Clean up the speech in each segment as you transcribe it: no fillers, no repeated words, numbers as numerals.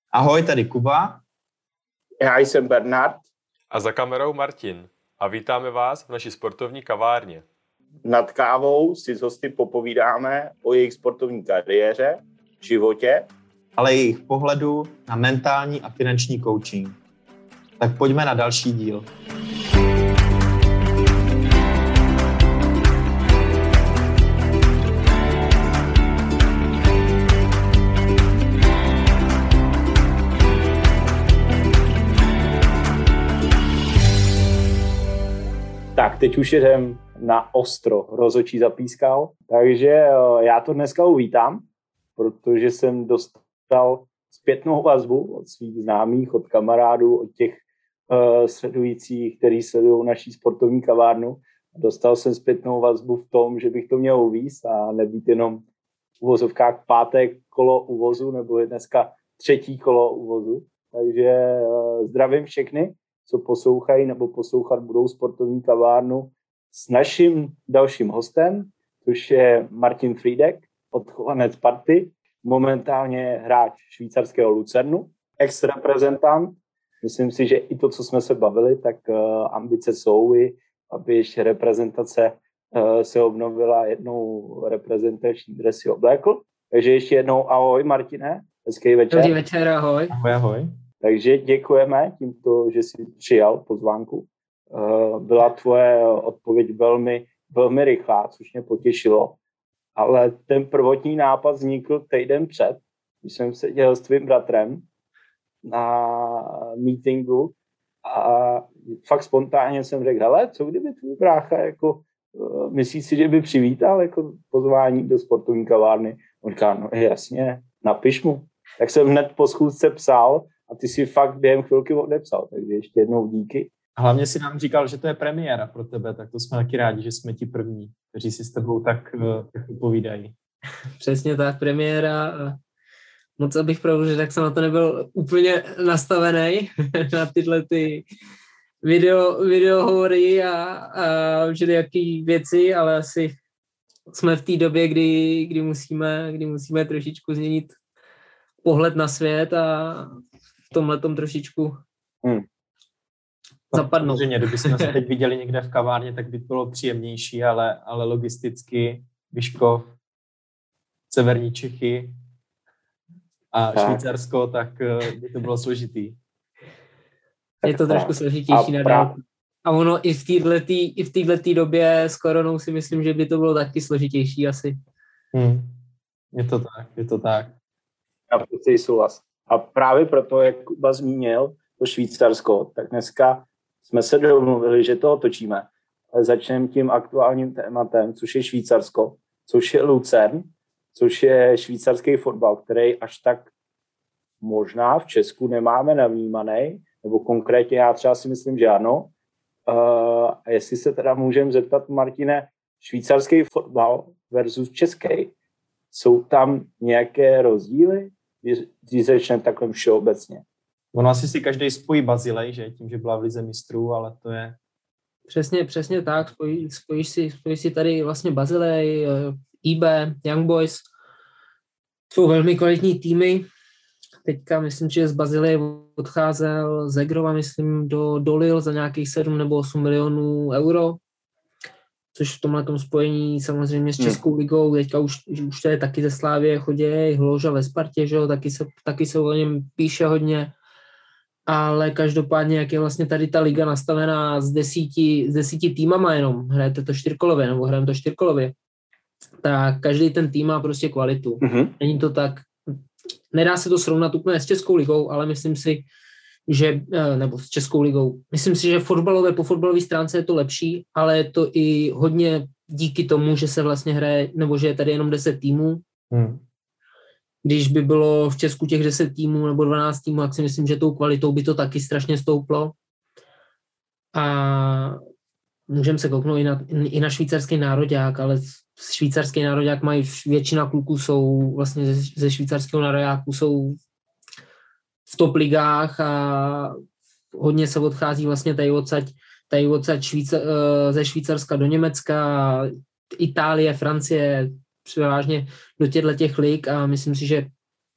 Ahoj, tady Kuba. Já jsem Bernard. A za kamerou Martin. A vítáme vás v naší sportovní kavárně. Nad kávou si s hosty popovídáme o jejich sportovní kariéře, životě, ale i jejich pohledu na mentální a finanční coaching. Tak pojďme na další díl. Tak, teď už jdem na ostro, rozhodčí zapískal, takže já to dneska uvítám, protože jsem dostal zpětnou vazbu od svých známých, od kamarádů, od těch sledujících, kteří sledují naší sportovní kavárnu. Dostal jsem zpětnou vazbu v tom, že bych to měl uvízt a nebýt jenom v uvozovkách páté kolo uvozu, nebo je dneska třetí kolo uvozu. Takže zdravím všechny, co poslouchají nebo poslouchat budou sportovní kavárnu s naším dalším hostem, což je Martin Frýdek, odchovanec Sparty, momentálně hráč švýcarského Lucernu, ex-reprezentant. Myslím si, že i to, co jsme se bavili, tak ambice jsou i, aby ještě reprezentace se obnovila, jednou reprezentační dres si oblékl. Takže ještě jednou ahoj Martine, hezký večer. Dobrý večer, ahoj. Ahoj, ahoj. Takže děkujeme tímto, že jsi přijal pozvánku. Byla tvoje odpověď velmi, velmi rychlá, což mě potěšilo. Ale ten prvotní nápad vznikl týden před, když jsem seděl s tvým bratrem na meetingu a fakt spontánně jsem řekl, hele, co kdyby tvůj brácha, jako, myslíš si, že by přivítal jako pozvání do sportovní kavárny? On říká, no jasně, napiš mu. Tak jsem hned po schůzce psal a ty si fakt během chvilky odepsal, takže ještě jednou díky. A hlavně si nám říkal, že to je premiéra pro tebe, tak to jsme taky rádi, že jsme ti první, kteří si s tebou tak povídají. Přesně tak, premiéra. Moc abych pravdu, že tak jsem na to nebyl úplně nastavený na tyhle ty videohovory a všelijaký věci, ale asi jsme v té době, kdy musíme trošičku změnit pohled na svět a v tomhletom trošičku zapadnout. Samozřejmě, kdybychom se teď viděli někde v kavárně, tak by to bylo příjemnější, ale logisticky Vyškov, severní Čechy a Švýcarsko, tak by to bylo složitý. Je to trošku složitější na dálku. A ono i v této době s koronou si myslím, že by to bylo taky složitější asi. Je to tak. Já prostě souhlas. A právě proto, jak Kuba zmínil to Švýcarsko, tak dneska jsme se domluvili, že to otočíme. Ale začneme tím aktuálním tématem, což je Švýcarsko, což je Lucern, což je švýcarský fotbal, který až tak možná v Česku nemáme navnímaný, nebo konkrétně já třeba si myslím, že ano. A jestli se teda můžeme zeptat, Martine, švýcarský fotbal versus český, jsou tam nějaké rozdíly, když začneme takhle všeobecně? Ono asi si každý spojí Bazilej, že? Tím, že byla v lize mistrů, ale to je... Přesně tak, spojíš si tady vlastně Bazilej, IB, Young Boys. Jsou velmi kvalitní týmy. Teďka myslím, že z Bazileje odcházel Zegrova, myslím, do Lille za nějakých 7 nebo 8 milionů euro, což v tomhletom spojení samozřejmě s Českou ligou, teďka už to je taky ze Slávie, chodí Hloža ve Spartě, že jo, taky se o něm píše hodně, ale každopádně, jak je vlastně tady ta liga nastavená z 10 týmama jenom, hrajete to čtyřkolově, nebo hrajeme to čtyřkolově, tak každý ten tým má prostě kvalitu. Není to tak, nedá se to srovnat úplně s Českou ligou, ale myslím si, že, nebo s Českou ligou, myslím si, že po fotbalové stránce je to lepší, ale je to i hodně díky tomu, že se vlastně hraje, nebo že je tady jenom 10 týmů. Když by bylo v Česku těch 10 týmů nebo 12 týmů, tak si myslím, že tou kvalitou by to taky strašně stouplo. A můžeme se kouknout i na švýcarský nároďák, ale švýcarský nároďák mají, většina kluků jsou vlastně ze švýcarského nároďáku jsou v top ligách a hodně se odchází vlastně tady odsaď ze Švýcarska do Německa, Itálie, Francie, převážně do těch lig a myslím si, že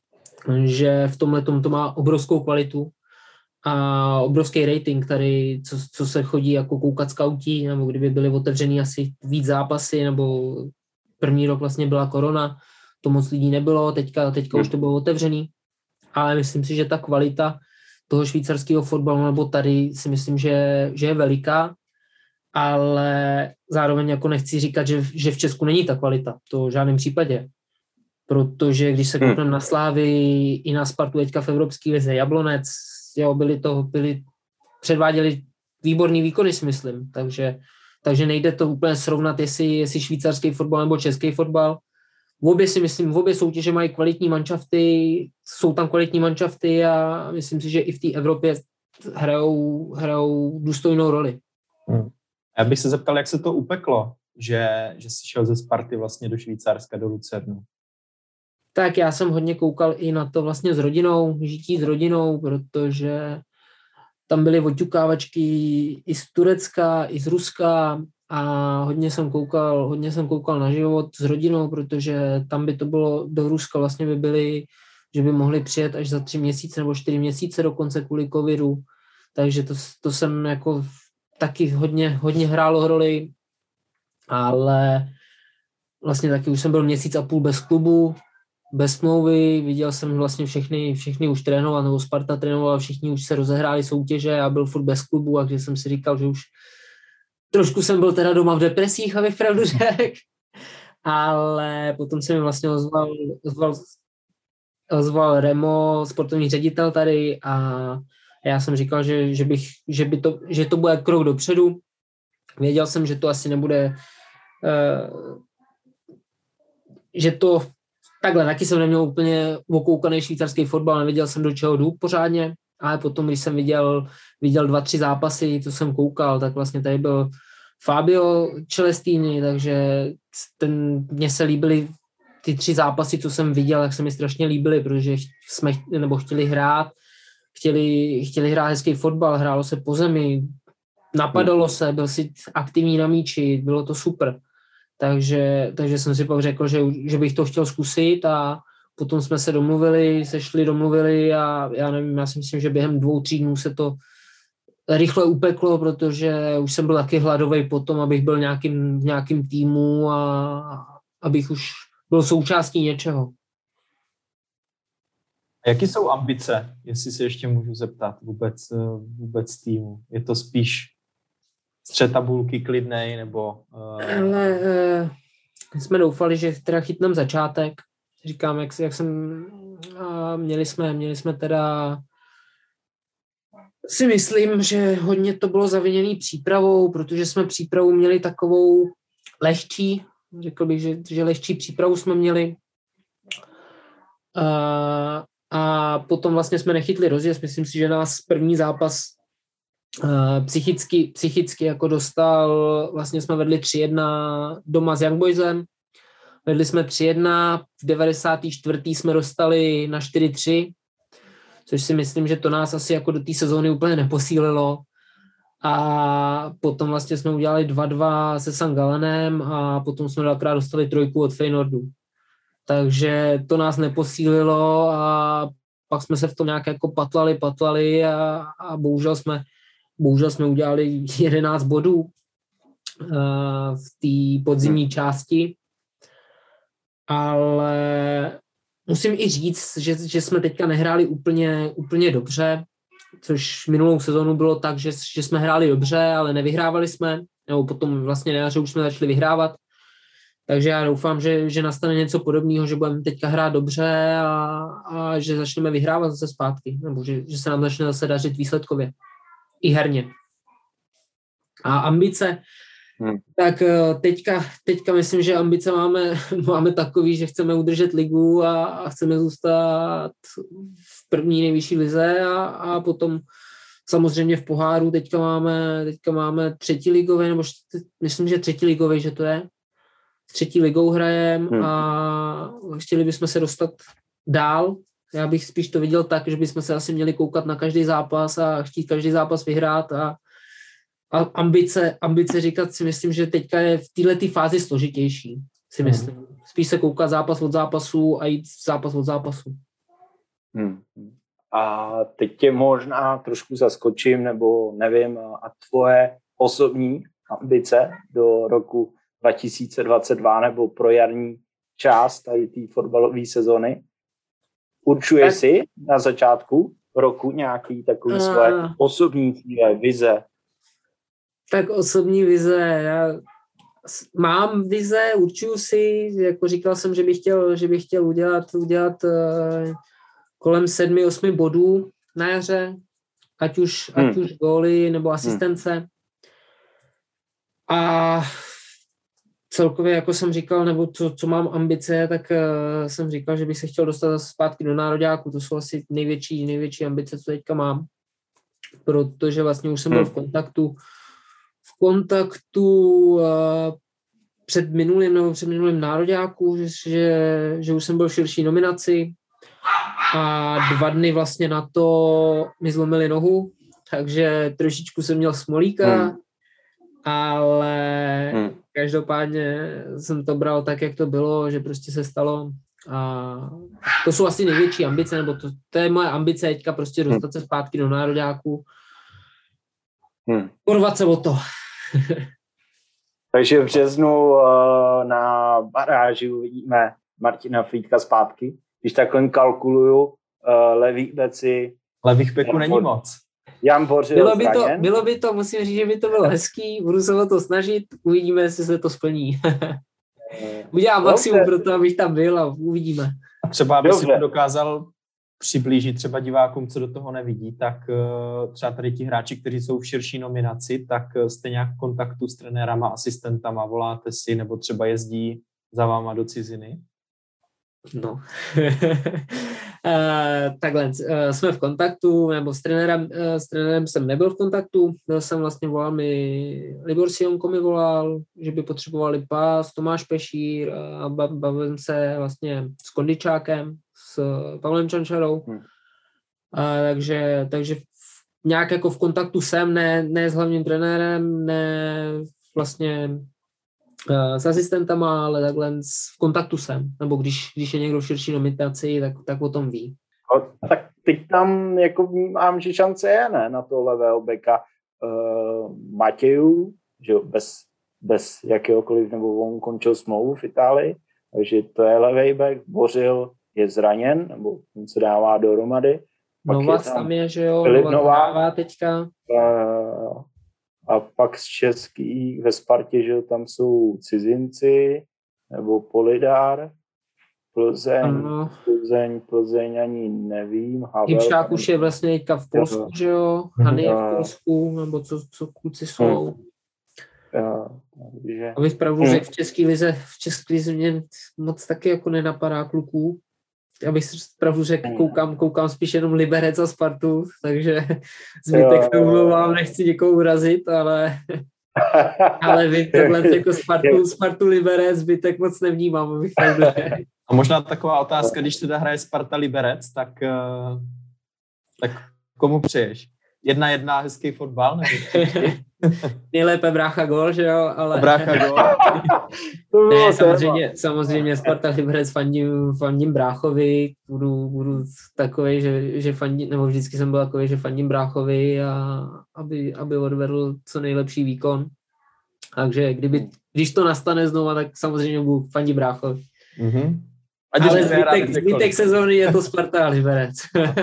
že v tomhle to má obrovskou kvalitu a obrovský rating tady, co se chodí jako koukat skautí, nebo kdyby byly otevřený asi víc zápasy, nebo první rok vlastně byla korona, to moc lidí nebylo, teďka už to bylo otevřený, ale myslím si, že ta kvalita toho švýcarského fotbalu, nebo tady si myslím, že je veliká, ale zároveň jako nechci říkat, že v Česku není ta kvalita, to v žádném případě. Protože když se koukneme na Slávy i na Spartu teďka v Evropské lize, Jablonec, jo, předváděli výborný výkony, si myslím, takže nejde to úplně srovnat, jestli švýcarský fotbal nebo český fotbal. V obě soutěže mají kvalitní manšafty, jsou tam kvalitní manšafty a myslím si, že i v té Evropě hrajou důstojnou roli. Já bych se zeptal, jak se to upeklo, že jsi šel ze Sparty vlastně do Švýcarska, do Lucernu. Tak já jsem hodně koukal i na to vlastně s rodinou, žití s rodinou, protože tam byly odťukávačky i z Turecka, i z Ruska a hodně jsem koukal na život s rodinou, protože tam by to bylo do Ruska vlastně by byly, že by mohli přijet až za 3 měsíce nebo 4 měsíce dokonce kvůli covidu, takže to jsem jako taky hodně hrálo roli, ale vlastně taky už jsem byl 1,5 měsíce bez klubu, bez smlouvy, viděl jsem vlastně všechny už trénovat, nebo Sparta trénovala, všichni už se rozehráli soutěže a byl furt bez klubu, a když jsem si říkal, že už trošku jsem byl teda doma v depresích, abych pravdu řekl, ale potom se mi vlastně ozval Remo, sportovní ředitel tady a já jsem říkal, že to bude krok dopředu. Věděl jsem, že to asi nebude, že to takhle, taky jsem neměl úplně okoukaný švýcarský fotbal, nevěděl jsem, do čeho jdu pořádně, ale potom, když jsem viděl 2-3 zápasy, co jsem koukal, tak vlastně tady byl Fabio Celestini, takže mně se líbily ty 3 zápasy, co jsem viděl, tak se mi strašně líbily, protože jsme chtěli hrát hezký fotbal, hrálo se po zemi, napadalo se, byl si aktivní na míči, bylo to super. Takže jsem si pak řekl, že bych to chtěl zkusit a potom jsme se domluvili a já nevím, já si myslím, že během 2-3 dnů se to rychle upeklo, protože už jsem byl taky hladový potom, abych byl v nějakým týmu a abych už byl součástí něčeho. A jaký jsou ambice, jestli se ještě můžu zeptat vůbec týmu? Je to spíš střed tabulky klidnej, nebo... Ale jsme doufali, že teda chytneme začátek. Říkám, jak jsem... Měli jsme teda... Si myslím, že hodně to bylo zaviněný přípravou, protože jsme přípravu měli takovou lehčí. Řekl bych, že lehčí přípravu jsme měli. A potom vlastně jsme nechytli rozjezd. Myslím si, že nás první zápas psychicky jako dostal, vlastně jsme vedli 3-1 doma s Young Boysem, vedli jsme 3-1, v 94. jsme dostali na 4-3, což si myslím, že to nás asi jako do té sezóny úplně neposílilo a potom vlastně jsme udělali 2-2 se St. Gallenem a potom jsme dvakrát dostali 3 od Feyenoordu, takže to nás neposílilo a pak jsme se v tom nějak jako patlali a bohužel jsme udělali 11 bodů v té podzimní části, ale musím i říct, že jsme teďka nehráli úplně dobře, což minulou sezonu bylo tak, že jsme hráli dobře, ale nevyhrávali jsme, nebo potom vlastně na jaře už jsme začali vyhrávat, takže já doufám, že nastane něco podobného, že budeme teďka hrát dobře a že začneme vyhrávat zase zpátky, nebo že se nám začne zase dařit výsledkově. I herně. A ambice, tak teďka myslím, že ambice máme takový, že chceme udržet ligu a chceme zůstat v první nejvyšší lize a potom samozřejmě v poháru teďka máme 3. ligový, nebo myslím, že 3. ligový, že to je. S 3. ligou hrajeme a chtěli bychom se dostat dál. Já bych spíš to viděl tak, že bychom se asi měli koukat na každý zápas a chtít každý zápas vyhrát a ambice říkat si myslím, že teďka je v této fázi složitější, si myslím. Spíš se koukat zápas od zápasu a jít zápas od zápasu. A teď tě možná trošku zaskočím, nebo nevím, a tvoje osobní ambice do roku 2022 nebo pro jarní část tady té fotbalové sezony. Určuješ si na začátku roku nějaký takový svoje osobní cíle, vize? Tak osobní vize, já mám vize, určuju si, jako říkal jsem, že bych chtěl udělat kolem 7-8 bodů na jaře, ať už góly nebo asistence. A celkově, jako jsem říkal, nebo co mám ambice, tak jsem říkal, že bych se chtěl dostat zpátky do nároďáku. To jsou asi největší ambice, co teďka mám. Protože vlastně už jsem byl v kontaktu před minulým nároďáku, že už jsem byl v širší nominaci a 2 dny vlastně na to mi zlomili nohu, takže trošičku jsem měl smolíka, ale každopádně jsem to bral tak, jak to bylo, že prostě se stalo. A to jsou asi největší ambice, nebo to je moje ambice teďka prostě dostat se zpátky do nároďáku. Porvat se o to. Takže v březnu na baráži uvidíme Martina Frýdka zpátky. Když takhle kalkuluju, levých beci... Levých beků není moc. Jan Bořil bylo by to, musím říct, že by to bylo hezký, budu se o to snažit, uvidíme, jestli se to splní. Udělám maximum pro to, abych tam byl a uvidíme. A třeba, aby si to dokázal přiblížit třeba divákům, co do toho nevidí, tak třeba tady ti hráči, kteří jsou v širší nominaci, tak jste nějak v kontaktu s trenérama, asistentama, voláte si, nebo třeba jezdí za váma do ciziny? No. Takhle, jsme v kontaktu, nebo s trenérem jsem nebyl v kontaktu, byl jsem vlastně volal Libor Sionko mi volal, že by potřebovali pás, Tomáš Pešír a bavím se vlastně s Kondičákem, s Pavlem Čančarou, takže nějak jako v kontaktu jsem, ne s hlavním trenérem, ne vlastně s asistentama, ale takhle v kontaktu jsem, nebo když je někdo v širší nominaci, tak o tom ví. Tak teď tam jako vnímám, že šance je, ne, na toho levého beka Matějů, že bez jakéhokoliv, nebo on končil smlouvu v Itálii, takže to je levý bek, Bořil je zraněn, nebo on se dává dohromady. Novas tam je, že jo, Novas teďka. A pak z českých ve Spartě, že tam jsou cizinci, nebo Polidár, Plzeň ani nevím. Hybšák už je vlastně teďka v Polsku, že jo? Hany je v Polsku, nebo co kluci jsou. Abych pravdu řekl, v české lize mě moc taky jako nenapadá kluků. Abych si pravdu řekl, koukám spíš jenom Liberec a Spartu, takže zbytek to umlouvám, nechci někoho urazit, ale vy takhle jako Spartu Liberec, zbytek moc nevnímám, abych pravdu řekl. A možná taková otázka, když teda hraje Sparta Liberec, tak komu přeješ? 1-1 hezký fotbal? Nebo Nejlépe brácha gól, že jo? Ale... Brácha gól. Ne, samozřejmě Sparta Liberec fandím bráchovi, budu takovej, že fandím, nebo vždycky jsem byl takový, že fandím bráchovi a aby odvedl co nejlepší výkon. Takže když to nastane znova, tak samozřejmě budu fandit bráchovi. Mm-hmm. Ale zbytek sezóny je to Sparta Liberec.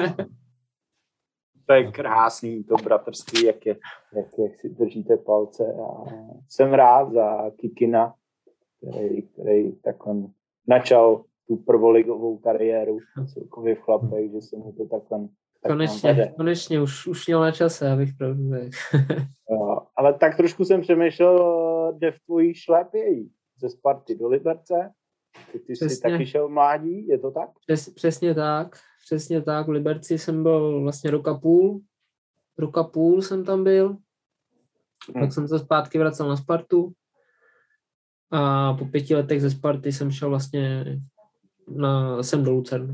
To je krásný, to bratrství, jak si držíte palce. A jsem rád za Kikina, který takhle načal tu prvoligovou kariéru celkově v Chlapech, že se mu to takhle konečně už měl na čase, abych pravdu řekl. Ale tak trošku jsem přemýšlel, kde v tvojí šlépějí ze Sparty do Liberce. Ty jsi taky šel mládí, je to tak? Přesně tak. V Liberci jsem byl vlastně rok a půl jsem tam byl. Pak jsem se zpátky vracel na Spartu. A po 5 letech ze Sparty jsem šel vlastně sem do Lucernu.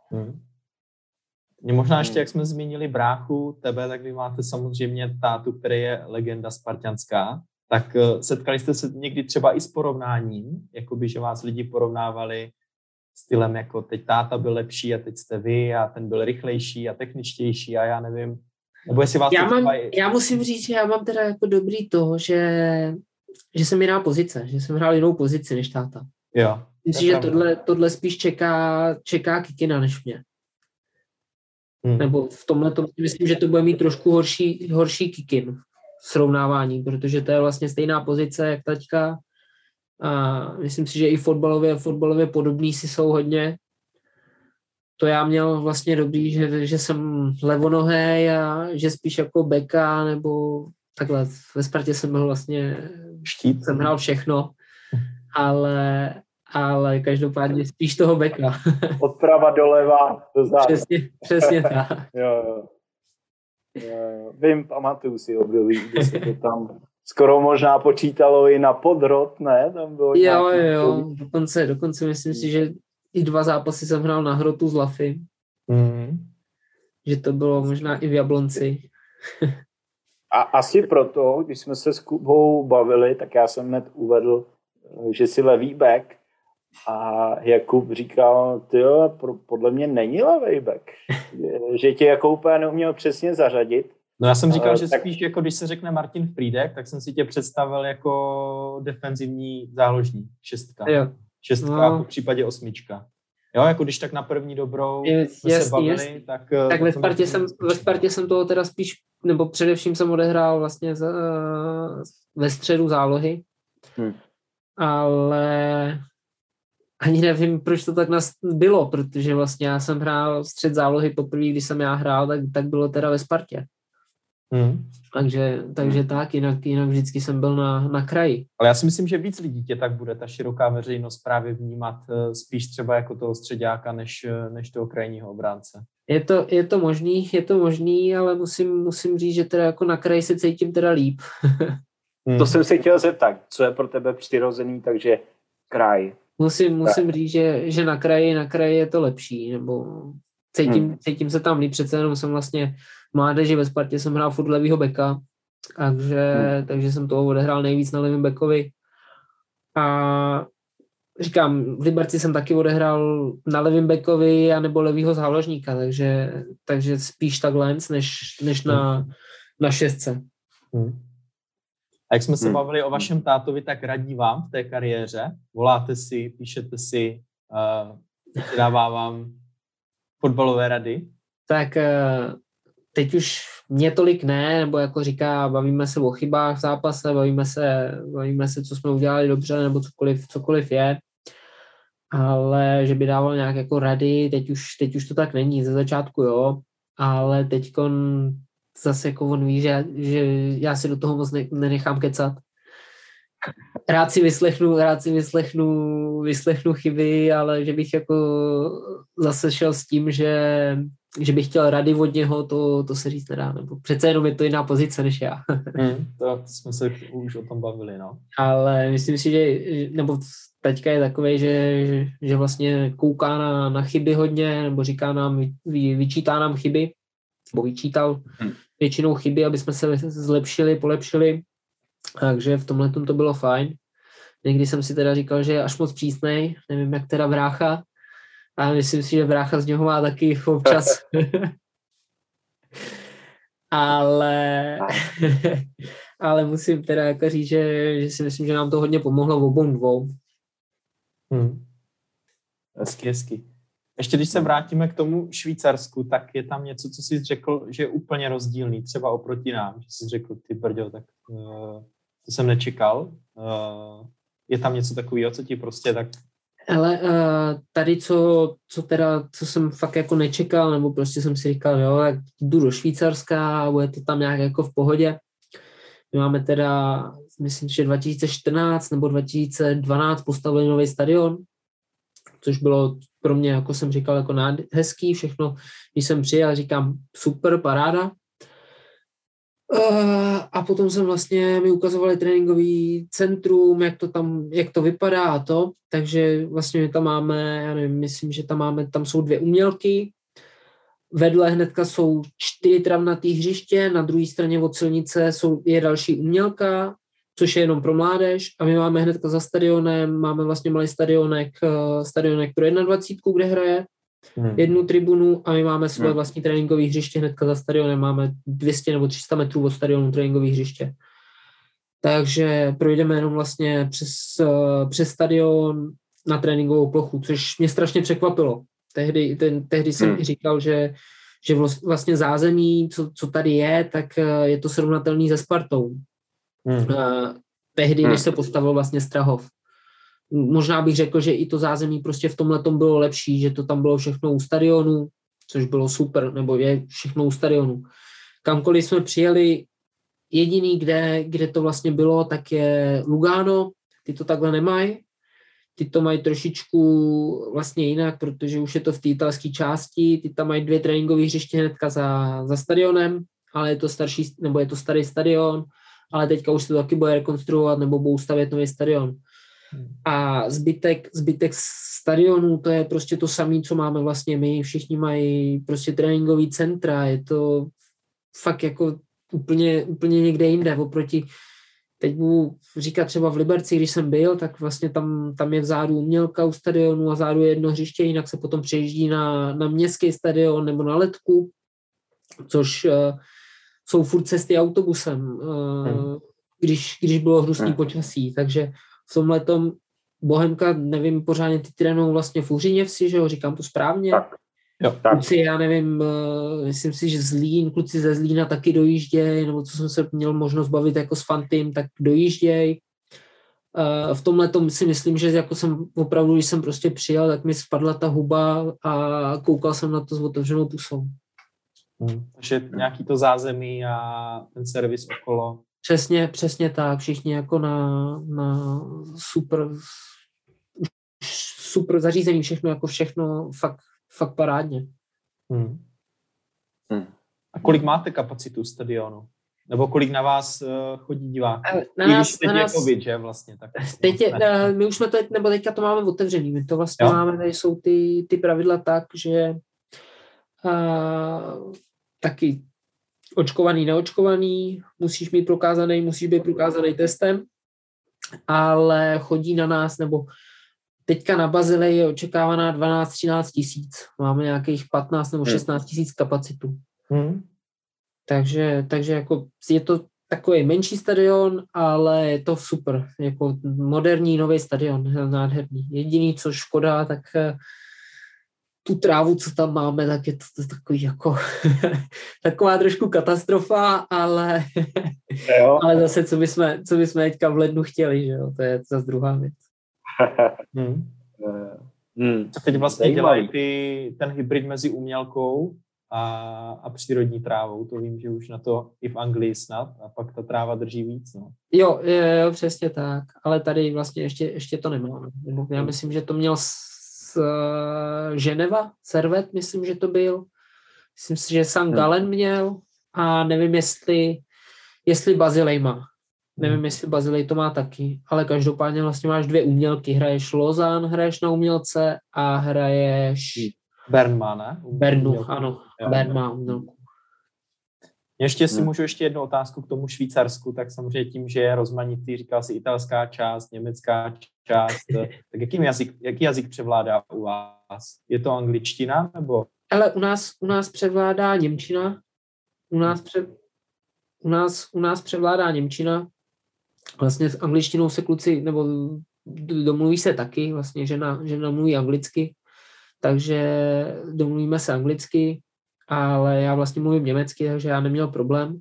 Možná ještě, jak jsme zmínili bráchu, tebe, tak vy máte samozřejmě tátu, který je legenda spartanská. Tak setkali jste se někdy třeba i s porovnáním, jakoby, že vás lidi porovnávali stylem jako teď táta byl lepší a teď jste vy a ten byl rychlejší a techničtější a já nevím. Nebo jestli vás já musím říct, že já mám teda jako dobrý to, že jsem jiná pozice, že jsem hrál jinou pozici než táta. Jo. Myslím, že tohle spíš čeká Kikina než mě. Nebo v tomhle to myslím, že to bude mít trošku horší Kikin v srovnávání, protože to je vlastně stejná pozice jak taťka a myslím si, že i fotbalově podobný si jsou hodně. To já měl vlastně dobrý, že jsem levonohej a že spíš jako beka nebo takhle. Ve Spartě jsem byl vlastně štít. Jsem hrál všechno, ale každopádně spíš toho beka. Odprava doleva, dozadu. Přesně tak. Jo. Vím, pamatuju si období, kdy se to tam skoro možná počítalo i na podrot, ne? Tam bylo jo. Dokonce myslím si, že i 2 zápasy jsem hrál na hrotu z Lafy. Že to bylo možná i v Jablonci. A asi proto, když jsme se s Kubou bavili, tak já jsem hned uvedl, že si levý back a Jakub říkal, tyjo, podle mě není levý back. Že tě jako úplně neuměl přesně zařadit. No já jsem říkal, že spíš jako když se řekne Martin Frýdek, tak jsem si tě představil jako defenzivní záložník, 6. Jo. 6 a po případě 8. Jo, jako když tak na první dobrou se bavili, tak ve Spartě jsem toho teda spíš, nebo především jsem odehrál vlastně ve středu zálohy, ale ani nevím, proč to tak bylo, protože vlastně já jsem hrál střed zálohy poprvé, když jsem já hrál, tak bylo teda ve Spartě. Takže tak, jinak vždycky jsem byl na kraji. Ale já si myslím, že víc lidí tě tak bude ta široká veřejnost právě vnímat spíš třeba jako toho středáka, než toho krajního obránce. Je to možný, ale musím říct, že teda jako na kraji se cítím teda líp. To jsem se chtěl zeptat, co je pro tebe přirozený, takže kraj. Musím říct, že na kraji je to lepší, nebo cítím se tam líp, přece jenom jsem vlastně mládeži ve Spartě jsem hrál furt levýho beka, takže jsem toho odehrál nejvíc na levém bekovi. A říkám, v Liberci jsem taky odehrál na levém bekovi anebo levýho záložníka, takže spíš takhle, než na 6. A jak jsme se bavili o vašem tátovi, tak radí vám v té kariéře? Voláte si, píšete si, dává vám fotbalové rady? Tak teď už mě tolik ne, nebo jako říká, bavíme se o chybách v zápase, bavíme se, co jsme udělali dobře, nebo cokoliv je, ale že by dával nějak jako rady, teď už to tak není, ze začátku jo, ale teďkon zase jako on ví, že já si do toho moc nenechám kecat. Rád si vyslechnu chyby, ale že bych jako zase šel s tím, že bych chtěl rady od něho, to se říct nedá, nebo přece jenom je to jiná pozice než já. To jsme se už o tom bavili, no. Ale myslím si, že nebo teďka je takovej, že vlastně kouká na chyby hodně, nebo říká nám, vyčítá nám chyby, nebo vyčítal většinou chyby, aby jsme se zlepšili, polepšili, takže v tomhle to bylo fajn. Někdy jsem si teda říkal, že je až moc přísnej, nevím jak teda brácha, a myslím si, že brácha z něho má taky občas. ale musím teda jako říct, že si myslím, že nám to hodně pomohlo obou dvou. Hezky. Ještě když se vrátíme k tomu Švýcarsku, tak je tam něco, co jsi řekl, že je úplně rozdílný, třeba oproti nám, že jsi řekl, ty brďo, tak to jsem nečekal. Je tam něco takového, co ti prostě tak... Ale tady, co jsem fakt jako nečekal, nebo prostě jsem si říkal, jo, tak jdu do Švýcarska a bude to tam nějak jako v pohodě. My máme teda, myslím, že 2014 nebo 2012 postavili nový stadion, což bylo pro mě, jako jsem říkal, jako hezký, všechno, když jsem přijel, říkám, super, paráda. A potom jsem vlastně, mi ukazovali tréninkový centrum, jak to vypadá a to, takže vlastně my tam máme, já nevím, myslím, že tam jsou 2 umělky, vedle hnedka jsou 4 travnatý hřiště, na druhé straně od silnice je další umělka, což je jenom pro mládež, a my máme hnedka za stadionem, máme vlastně malý stadionek pro 21, kde hraje, jednu tribunu, a my máme svoje vlastní tréninkové hřiště hnedka za stadionem, máme 200 nebo 300 metrů od stadionu tréninkové hřiště. Takže projdeme jenom vlastně přes stadion na tréninkovou plochu, což mě strašně překvapilo. Tehdy jsem i říkal, že vlastně zázemí, co tady je, tak je to srovnatelný se Spartou. Tehdy, než se postavil vlastně Strahov. Možná bych řekl, že i to zázemí prostě v tomhletom bylo lepší, že to tam bylo všechno u stadionu, což bylo super, nebo je všechno u stadionu. Kamkoliv jsme přijeli, jediný, kde to vlastně bylo, tak je Lugano, ty to takhle nemají. Ty to mají trošičku vlastně jinak, protože už je to v té italské části, ty tam mají 2 tréninkové hřiště hnedka za stadionem, ale je to je to starý stadion, ale teďka už se to taky bude rekonstruovat nebo budou stavět nový stadion. A zbytek stadionů, to je prostě to samé, co máme vlastně my, všichni mají prostě tréninkový centra, je to fakt jako úplně někde jinde, oproti, teď budu říkat třeba v Liberci, když jsem byl, tak vlastně tam je vzadu umělka u stadionu a vzadu je jedno hřiště, jinak se potom přejíždí na městský stadion nebo na Letku, což jsou furt cesty autobusem, když bylo hnusný počasí, takže v tomhletom Bohemka, nevím pořádně, ty trénují vlastně v Uřiněvsi, že jo, říkám to správně? Tak. Kluci, já nevím, myslím si, že kluci ze Zlína taky dojíždějí, nebo co jsem se měl možnost bavit jako s Fantym, tak dojíždějí. V tomhletom si myslím, že jako jsem opravdu, když jsem prostě přijel, tak mi spadla ta huba a koukal jsem na to s otevřenou pusou. Takže nějaký to zázemí a ten servis okolo. Přesně tak, všichni jako na super zařízení, všechno fakt parádně. A kolik máte kapacitu stadionu? Nebo kolik na vás chodí diváků? Na nás COVID, že vlastně? Tak my už jsme to, nebo teďka to máme otevřený, my to vlastně máme, tady jsou ty pravidla tak, že taky očkovaný, neočkovaný, musíš být prokázaný testem, ale chodí na nás, nebo teďka na Bazileji je očekávaná 12-13 tisíc. Máme nějakých 15 nebo 16 tisíc kapacitu. Takže jako je to takový menší stadion, ale je to super. Jako moderní, nový stadion, nádherný. Jediný, co škoda, tak tu trávu, co tam máme, tak je to takový jako taková trošku katastrofa, ale zase, co bychom teďka v lednu chtěli, že jo, to je zase druhá věc. Co teď vlastně dělají ten hybrid mezi umělkou a přírodní trávou, to vím, že už na to i v Anglii snad, a pak ta tráva drží víc, no. Jo, přesně tak, ale tady vlastně ještě to nemáme. Já myslím, že to měl Ženeva, Servet, myslím, že to byl. Myslím si, že St. Gallen měl a nevím, jestli Bazilej má. Nevím, jestli Bazilej to má taky, ale každopádně vlastně máš 2 umělky. Hraješ Lausanne, hraješ na umělce a hraješ... Bern má, ne? Bernu, ano. Bern má umělku. Ještě si můžu ještě jednu otázku k tomu Švýcarsku, tak samozřejmě tím, že je rozmanitý, říkal jsi italská část, německá část, tak jaký jazyk převládá u vás? Je to angličtina, nebo? Ale u nás převládá němčina. U nás převládá němčina. Vlastně s angličtinou se kluci, nebo domluví se taky, vlastně žena mluví anglicky, takže domluvíme se anglicky, ale já vlastně mluvím německy, takže já neměl problém.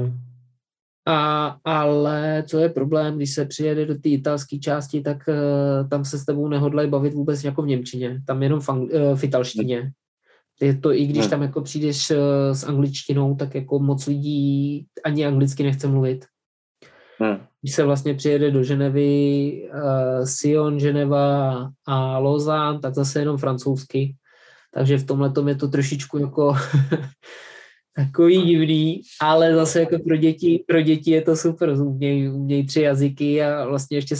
Ale co je problém, když se přijede do té italské části, tak tam se s tebou nehodlají bavit vůbec jako v němčině, tam jenom v italštině. Je to, i když tam jako přijdeš s angličtinou, tak jako moc lidí ani anglicky nechce mluvit. Když se vlastně přijede do Ženevy, Sion, Ženeva a Lausanne, tak zase jenom francouzsky. Takže v tomhletom je to trošičku jako takový divný, ale zase jako pro děti je to super. Umějí 3 jazyky a vlastně ještě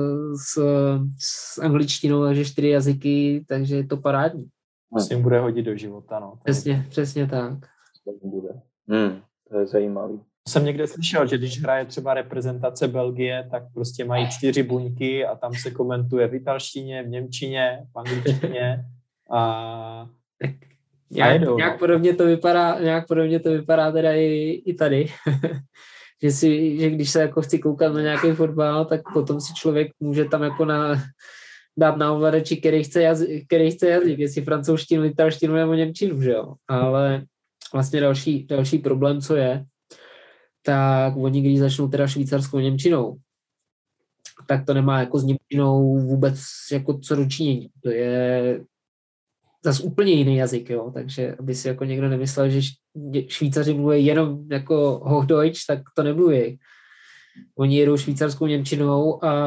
s angličtinou, takže 4 jazyky, takže je to parádní. Vlastně bude hodit do života, no. Přesně tak. To bude. To je zajímavý. Jsem někde slyšel, že když hraje třeba reprezentace Belgie, tak prostě mají 4 buňky a tam se komentuje v italštině, v němčině, v angličtině a nějak podobně to vypadá teda i tady. že když se jako chci koukat na nějaký fotbal, tak potom si člověk může tam jako dát na ovladači, který chce jazyk, jestli francouzštinu, italštinu nebo němčinu, že jo. Ale vlastně další problém, co je, tak oni, když začnou teda švýcarskou němčinou, tak to nemá jako s němčinou vůbec jako co dočinění. To je zase úplně jiný jazyk, jo, takže aby si jako někdo nemyslel, že Švýcaři mluví jenom jako Hochdeutsch, tak to nemluví. Oni jedou švýcarskou němčinou a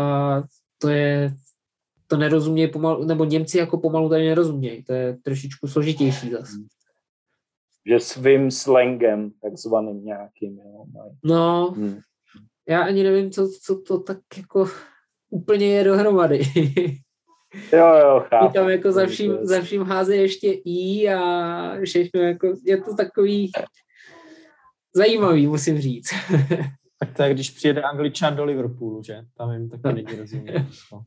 to nerozumějí pomalu, nebo Němci jako pomalu tady nerozumějí, to je trošičku složitější zase. Že svým slangem, takzvaným nějakým, jo. No, já ani nevím, co to tak jako úplně je dohromady. Jo, chápu. Tam jako za vším hází ještě i a všechno jako, je to takový zajímavý, musím říct. Tak to je, když přijede Angličan do Liverpoolu, že? Tam jim taky není rozumět.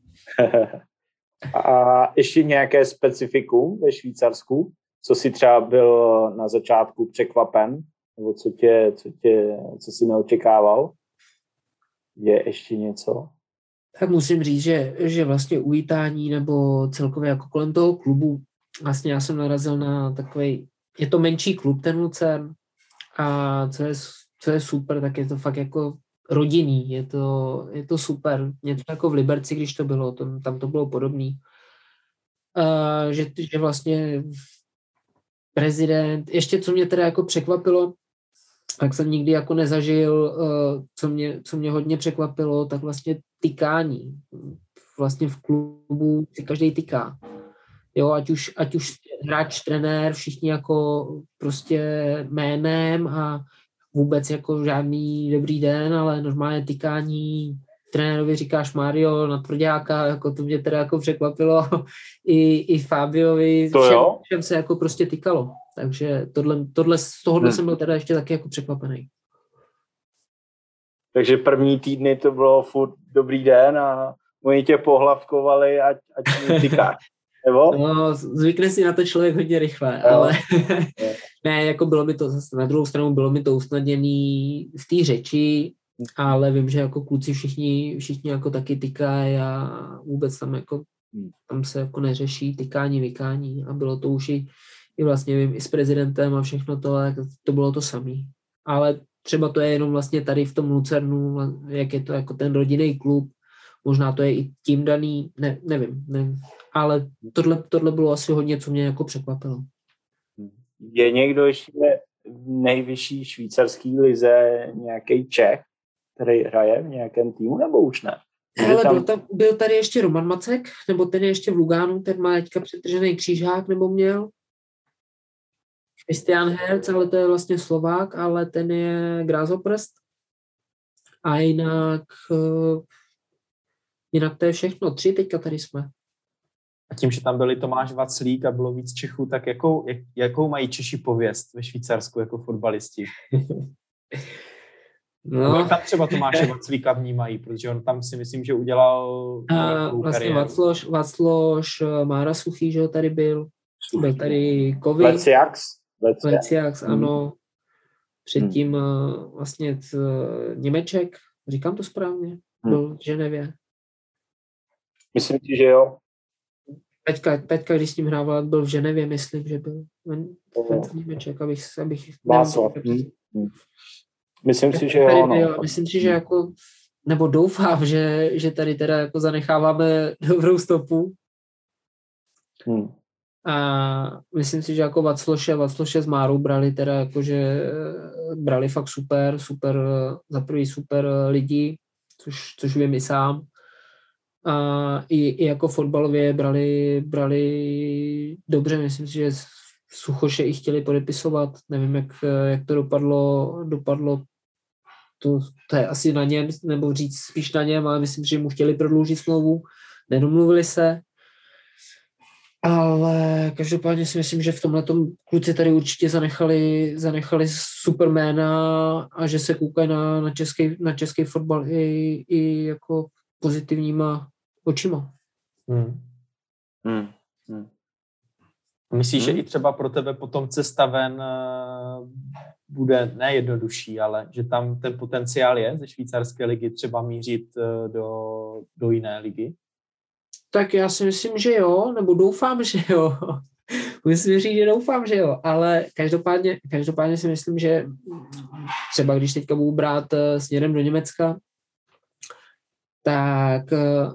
A ještě nějaké specifikum ve Švýcarsku, co si třeba byl na začátku překvapen, nebo co si neočekával? Je ještě něco? Tak musím říct, že vlastně uvítání nebo celkově jako kolem toho klubu, vlastně já jsem narazil na takovej, je to menší klub ten Lucern a co je super, tak je to fakt jako rodinný, je to super. Něco jako v Liberci, když to bylo, tam to bylo podobný. Že vlastně prezident, ještě co mě teda jako překvapilo, tak jsem nikdy jako nezažil, co mě hodně překvapilo, tak vlastně tykání. Vlastně v klubu si každý tyká. Jo, ať už hráč, trenér, všichni jako prostě jménem a vůbec jako žádný dobrý den, ale normálně tykání. Trenérovi říkáš Mario na tvrďáka, jako to mě teda jako překvapilo. I Fabiovi, všem se jako prostě tykalo. Takže z tohohle jsem byl teda ještě taky jako překvapený. Takže první týdny to bylo furt dobrý den a oni tě pohlavkovali, ať mi tykáš. Nebo? No, zvykne si na to člověk hodně rychle, ale ne, jako bylo mi to zase, na druhou stranu bylo mi to usnadněný v té řeči, ale vím, že jako kluci všichni jako taky tykají a vůbec tam se jako neřeší tykání, vykání a bylo to už i vlastně vím, i s prezidentem a všechno to bylo to samý. Ale třeba to je jenom vlastně tady v tom Lucernu, jak je to jako ten rodinný klub, možná to je i tím daný, nevím. Ale tohle bylo asi hodně, co mě jako překvapilo. Je někdo ještě v nejvyšší švýcarský lize nějaký Čech, který hraje v nějakém týmu, nebo už ne? Ale byl tady ještě Roman Macek, nebo ten je ještě v Lugánu, ten má teďka přetržený křížák, nebo měl. Christian Herz, ale to je vlastně Slovák, ale ten je Grasshopperst. A jinak to je všechno. 3 teďka tady jsme. A tím, že tam byli Tomáš Vaclík a bylo víc Čechů, tak jakou mají Češi pověst ve Švýcarsku jako fotbalisti? No. Jak tam třeba Tomáše Vaclíka vnímají, protože on tam si myslím, že udělal vlastně Vacloš Mára Suchý, že tady byl tady Kovy. Leciax, ano. Předtím vlastně Němeček, říkám to správně, byl v Ženevě. Myslím si, že jo. Teďka, když s ním hrával, byl v Ženevě, myslím, že byl. Němeček, abych myslím si, že jo. Myslím si, že jako, nebo doufám, že tady teda jako zanecháváme dobrou stopu. A myslím si, že jako Vacloše s Márou brali teda jakože brali fakt super, za prvý super lidi, což vím i sám. A i jako fotbalově brali dobře, myslím si, že Suchoše i chtěli podepisovat, nevím, jak to dopadlo, to je asi na něm, nebo říct spíš na něm, ale myslím, že mu chtěli prodloužit smlouvu, nedomluvili se. Ale každopádně si myslím, že v tomhletom kluci tady určitě zanechali superména a že se koukají na český fotbal i jako pozitivníma očima. Myslíš, že i třeba pro tebe potom cesta ven bude nejednodušší, ale že tam ten potenciál je ze švýcarské ligy třeba mířit do jiné ligy? Tak já si myslím, že jo, nebo doufám, že jo. Musím říct, že doufám, že jo, ale každopádně si myslím, že třeba když teďka budu brát směrem do Německa, tak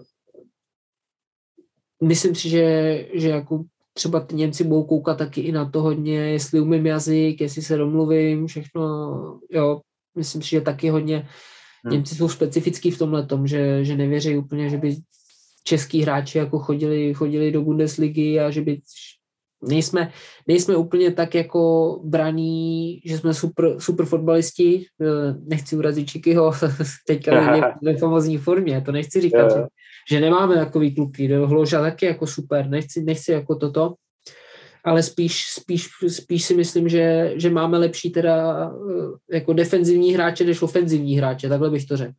myslím si, že jako třeba ty Němci budou koukat taky i na to hodně, jestli umím jazyk, jestli se domluvím, všechno, jo, myslím si, že taky hodně Němci jsou specifický v tomhletom, že nevěří úplně, že by český hráči jako chodili do Bundesligy a že by nejsme úplně tak jako braní, že jsme super fotbalisti, nechci urazit Čikyho, teďka je ve famózní formě, to nechci říkat, že nemáme takový kluky, Hloža taky jako super, nechci jako toto, ale spíš si myslím, že máme lepší teda jako defenzivní hráče než ofenzivní hráče, takhle bych to řekl.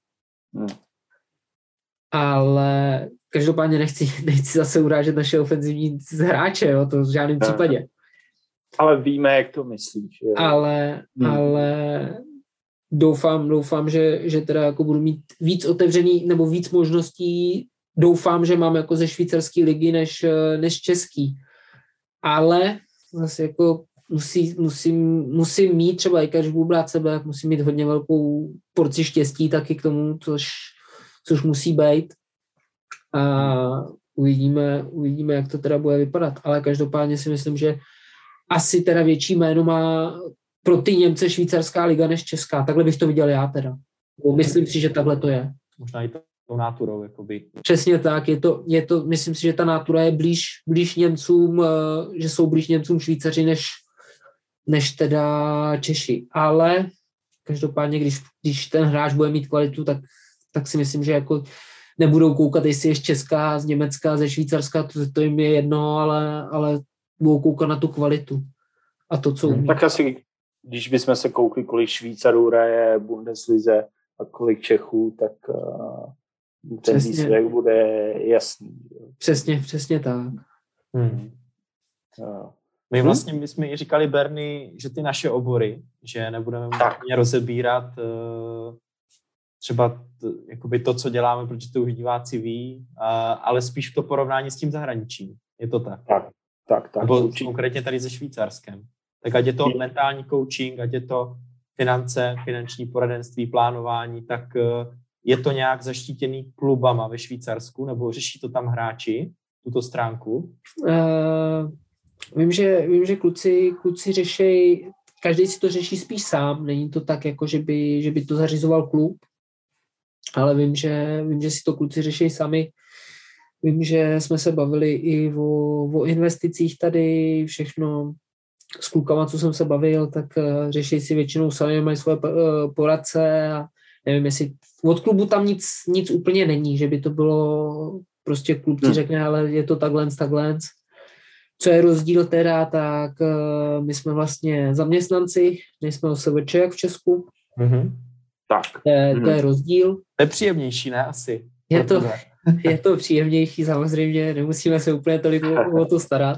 Ale každopádně nechci zase urážet naše ofenzivní hráče, jo, to v žádném případě. Ale víme, jak to myslíš. Jo. Ale doufám, že teda jako budu mít víc otevřený nebo víc možností. Doufám, že mám jako ze švýcarské ligy než český. Ale zase jako musím mít třeba, i když budu brát sebe, musím mít hodně velkou porci štěstí taky k tomu, což musí být. A uvidíme, jak to teda bude vypadat. Ale každopádně si myslím, že asi teda větší jméno má pro ty Němce švýcarská liga než česká. Takhle bych to viděl já teda. Myslím si, že takhle to je. Možná i tou náturou, jakoby. Přesně tak. Je to, myslím si, že ta nátura je blíž Němcům, že jsou blíž Němcům Švýcaři než teda Češi. Ale každopádně, když ten hráč bude mít kvalitu, tak si myslím, že jako nebudou koukat, jestli je z Česka, z Německa, ze Švýcarska, to jim je jedno, ale budou koukat na tu kvalitu a to, co umí. Tak asi, když bychom se koukli, kolik Švýcarů hraje Bundeslize a kolik Čechů, tak ten výsledek bude jasný. Přesně tak. My vlastně my jsme i říkali Berny, že ty naše obory, že nebudeme mě rozebírat třeba jakoby to, co děláme, protože to už diváci ví, ale spíš to porovnání s tím zahraničím. Je to tak? Tak. Nebo konkrétně tady se Švýcarskem. Tak ať je to mentální coaching, ať je to finance, finanční poradenství, plánování, tak je to nějak zaštítěný klubama ve Švýcarsku, nebo řeší to tam hráči, tuto stránku? Vím, že kluci řeší, každý si to řeší spíš sám, není to tak, jako že by to zařizoval klub, ale vím, že si to kluci řeší sami. Vím, že jsme se bavili i o investicích tady, všechno s klukama, co jsem se bavil, tak řeší si většinou sami, mají svoje poradce a nevím, jestli od klubu tam nic úplně není, že by to bylo prostě klub ti řekne, ale je to takhle. Co je rozdíl teda, tak my jsme vlastně zaměstnanci, nejsme OSVČ jak v Česku. Tak. To je rozdíl. To je příjemnější, ne? Asi. Je to příjemnější, samozřejmě, nemusíme se úplně tolik o to starat.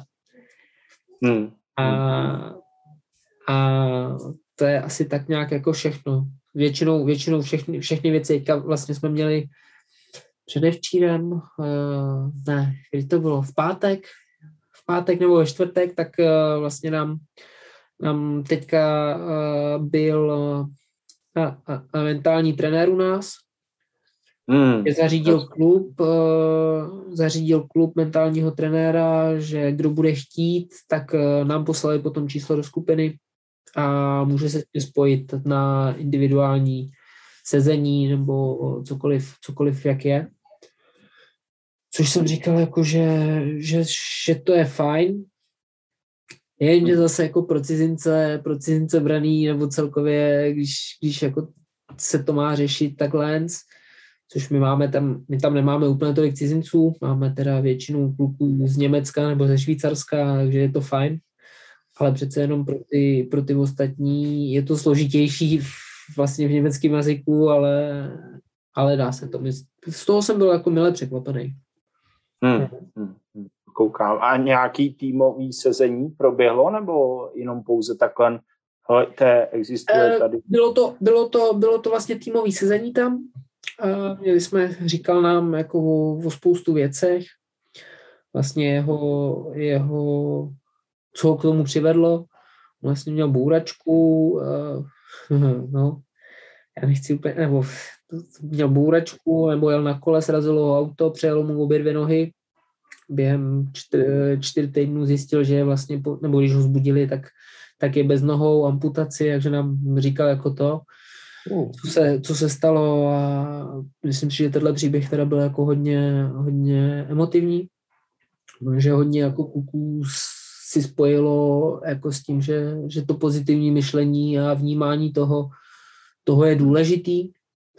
A to je asi tak nějak jako všechno. Většinou všechny věci, teďka vlastně jsme měli předevčírem, kdy to bylo, v pátek nebo ve čtvrtek, tak vlastně nám teďka byl mentální trenér u nás, zařídil klub mentálního trenéra, že kdo bude chtít, tak nám poslali potom číslo do skupiny a může se spojit na individuální sezení nebo cokoliv jak je. Což jsem říkal, jako, že to je fajn, jenže zase jako pro cizince braný nebo celkově, když jako se to má řešit takhle, což my tam nemáme úplně tolik cizinců, máme teda většinu kluků z Německa nebo ze Švýcarska, takže je to fajn, ale přece jenom pro ty ostatní je to složitější vlastně v německém jazyku, ale dá se to. Z toho jsem byl jako mile překvapený. Koukám. A nějaký týmový sezení proběhlo, nebo jenom pouze takhle existuje tady? Bylo to vlastně týmový sezení tam. Říkal nám jako o spoustu věcech. Vlastně co ho k tomu přivedlo. Vlastně měl bouračku, já nechci úplně, nebo měl bouračku, nebo jel na kole, srazilo ho auto, přejelo mu obě dvě nohy. Během 4 týdnů zjistil, že je vlastně, nebo když ho zbudili, tak je bez nohou, amputaci, takže nám říkal jako to, co se stalo, a myslím si, že tenhle příběh teda byl jako hodně emotivní, že hodně jako kluků si spojilo jako s tím, že to pozitivní myšlení a vnímání toho je důležitý.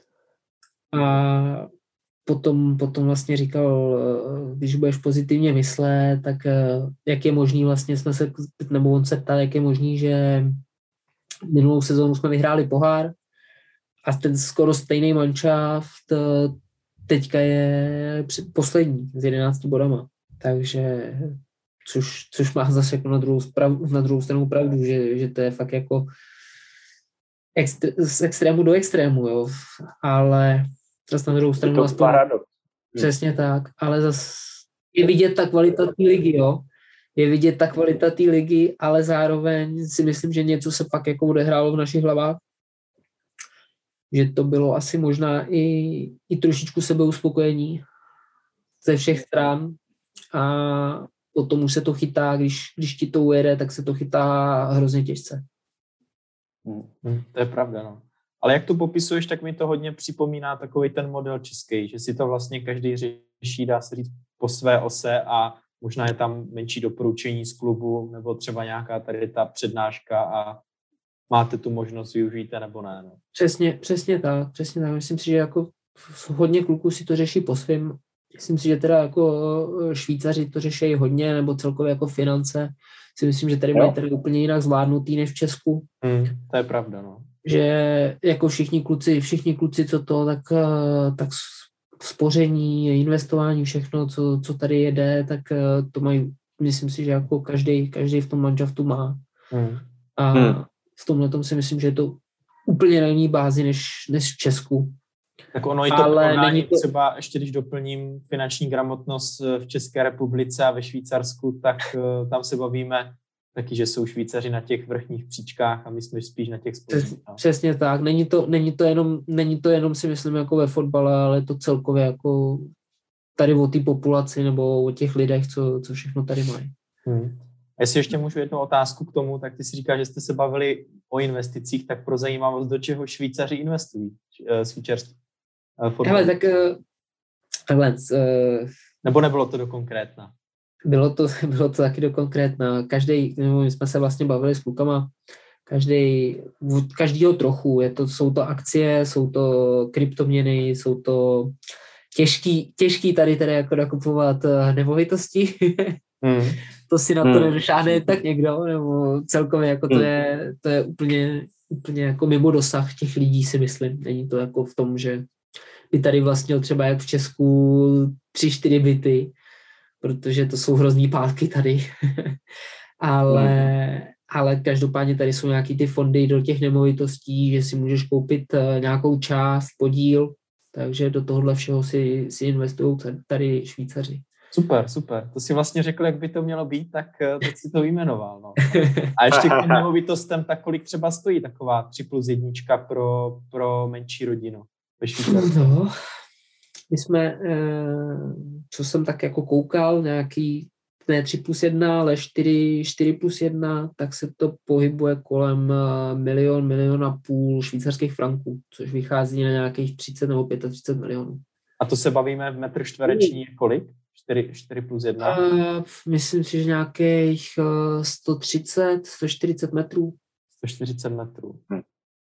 A potom vlastně říkal, když budeš pozitivně myslet, tak jak je možný, vlastně on se ptal, jak je možný, že minulou sezónu jsme vyhráli pohár a ten skoro stejný manšaft teďka je poslední s 11 bodama. Takže což má zase jako na druhou stranu pravdu, že to je fakt jako z extrému do extrému, jo. Ale zase na druhou stranu aspoň paradox. Přesně tak, ale zase je vidět ta kvalita té ligy, jo. Je vidět ta kvalita té ligy, ale zároveň si myslím, že něco se pak jako odehrálo v našich hlavách. Že to bylo asi možná i trošičku sebeuspokojení ze všech stran a potom už se to chytá, když ti to ujede, tak se to chytá hrozně těžce. To je pravda, no. Ale jak to popisuješ, tak mi to hodně připomíná takový ten model český, že si to vlastně každý řeší, dá se říct, po své ose a možná je tam menší doporučení z klubu nebo třeba nějaká tady ta přednáška a máte tu možnost, využijte nebo ne. No. Přesně tak. Myslím si, že jako hodně kluků si to řeší po svým. Myslím si, že teda jako Švýcaři to řeší hodně, nebo celkově jako finance. Si myslím, že tady mají tady úplně jinak zvládnutý než v Česku. To je pravda, no. Že jako všichni kluci, co to, tak spoření, investování, všechno, co tady jede, tak to mají, myslím si, že jako každý v tom manšaftu má. A v tomhletom si myslím, že je to úplně na jiný bázi než v Česku. Tak ono i to porovnání, třeba ještě když doplním finanční gramotnost v České republice a ve Švýcarsku, tak tam se bavíme taky, že jsou Švýcaři na těch vrchních příčkách a my jsme spíš na těch spodních. Přesně tak. Není to jenom si myslím jako ve fotbale, ale to celkově jako tady o té populaci nebo o těch lidech, co všechno tady mají. Jestli ještě můžu jednu otázku k tomu, tak ty si říkáš, že jste se bavili o investicích, tak pro zajímavost, do čeho Švýcaři investují? Švýcarský fotbal. Hele, tak takhle. Nebo nebylo to do konkrétna? Bylo to taky do konkrétna. My jsme se vlastně bavili s klukama, každýho trochu. Jsou to akcie, jsou to kryptoměny, jsou to těžký tady jako nakupovat nemovitosti. To si na to nedošáhne tak někdo, nebo celkově jako to je úplně jako mimo dosah těch lidí, si myslím. Není to jako v tom, že by tady vlastnil třeba jak v Česku 3-4 byty, protože to jsou hrozný pátky tady. Ale každopádně tady jsou nějaký ty fondy do těch nemovitostí, že si můžeš koupit nějakou část, podíl, takže do tohohle všeho si investují tady Švýcaři. Super. To si vlastně řekl, jak by to mělo být, tak teď si to vyjmenoval. No. A ještě k těm nemovitostem, tak kolik třeba stojí taková 3+1 pro menší rodinu ve Švýcarsku? No, my jsme, co jsem tak jako koukal, nějaký ne 3+1, ale 4+1, tak se to pohybuje kolem 1,5 milionu švýcarských franků, což vychází na nějakých 30 nebo 35 milionů. A to se bavíme v metr čtvereční kolik? 4+1? Myslím si, že nějakých 140 metrů. 140 metrů.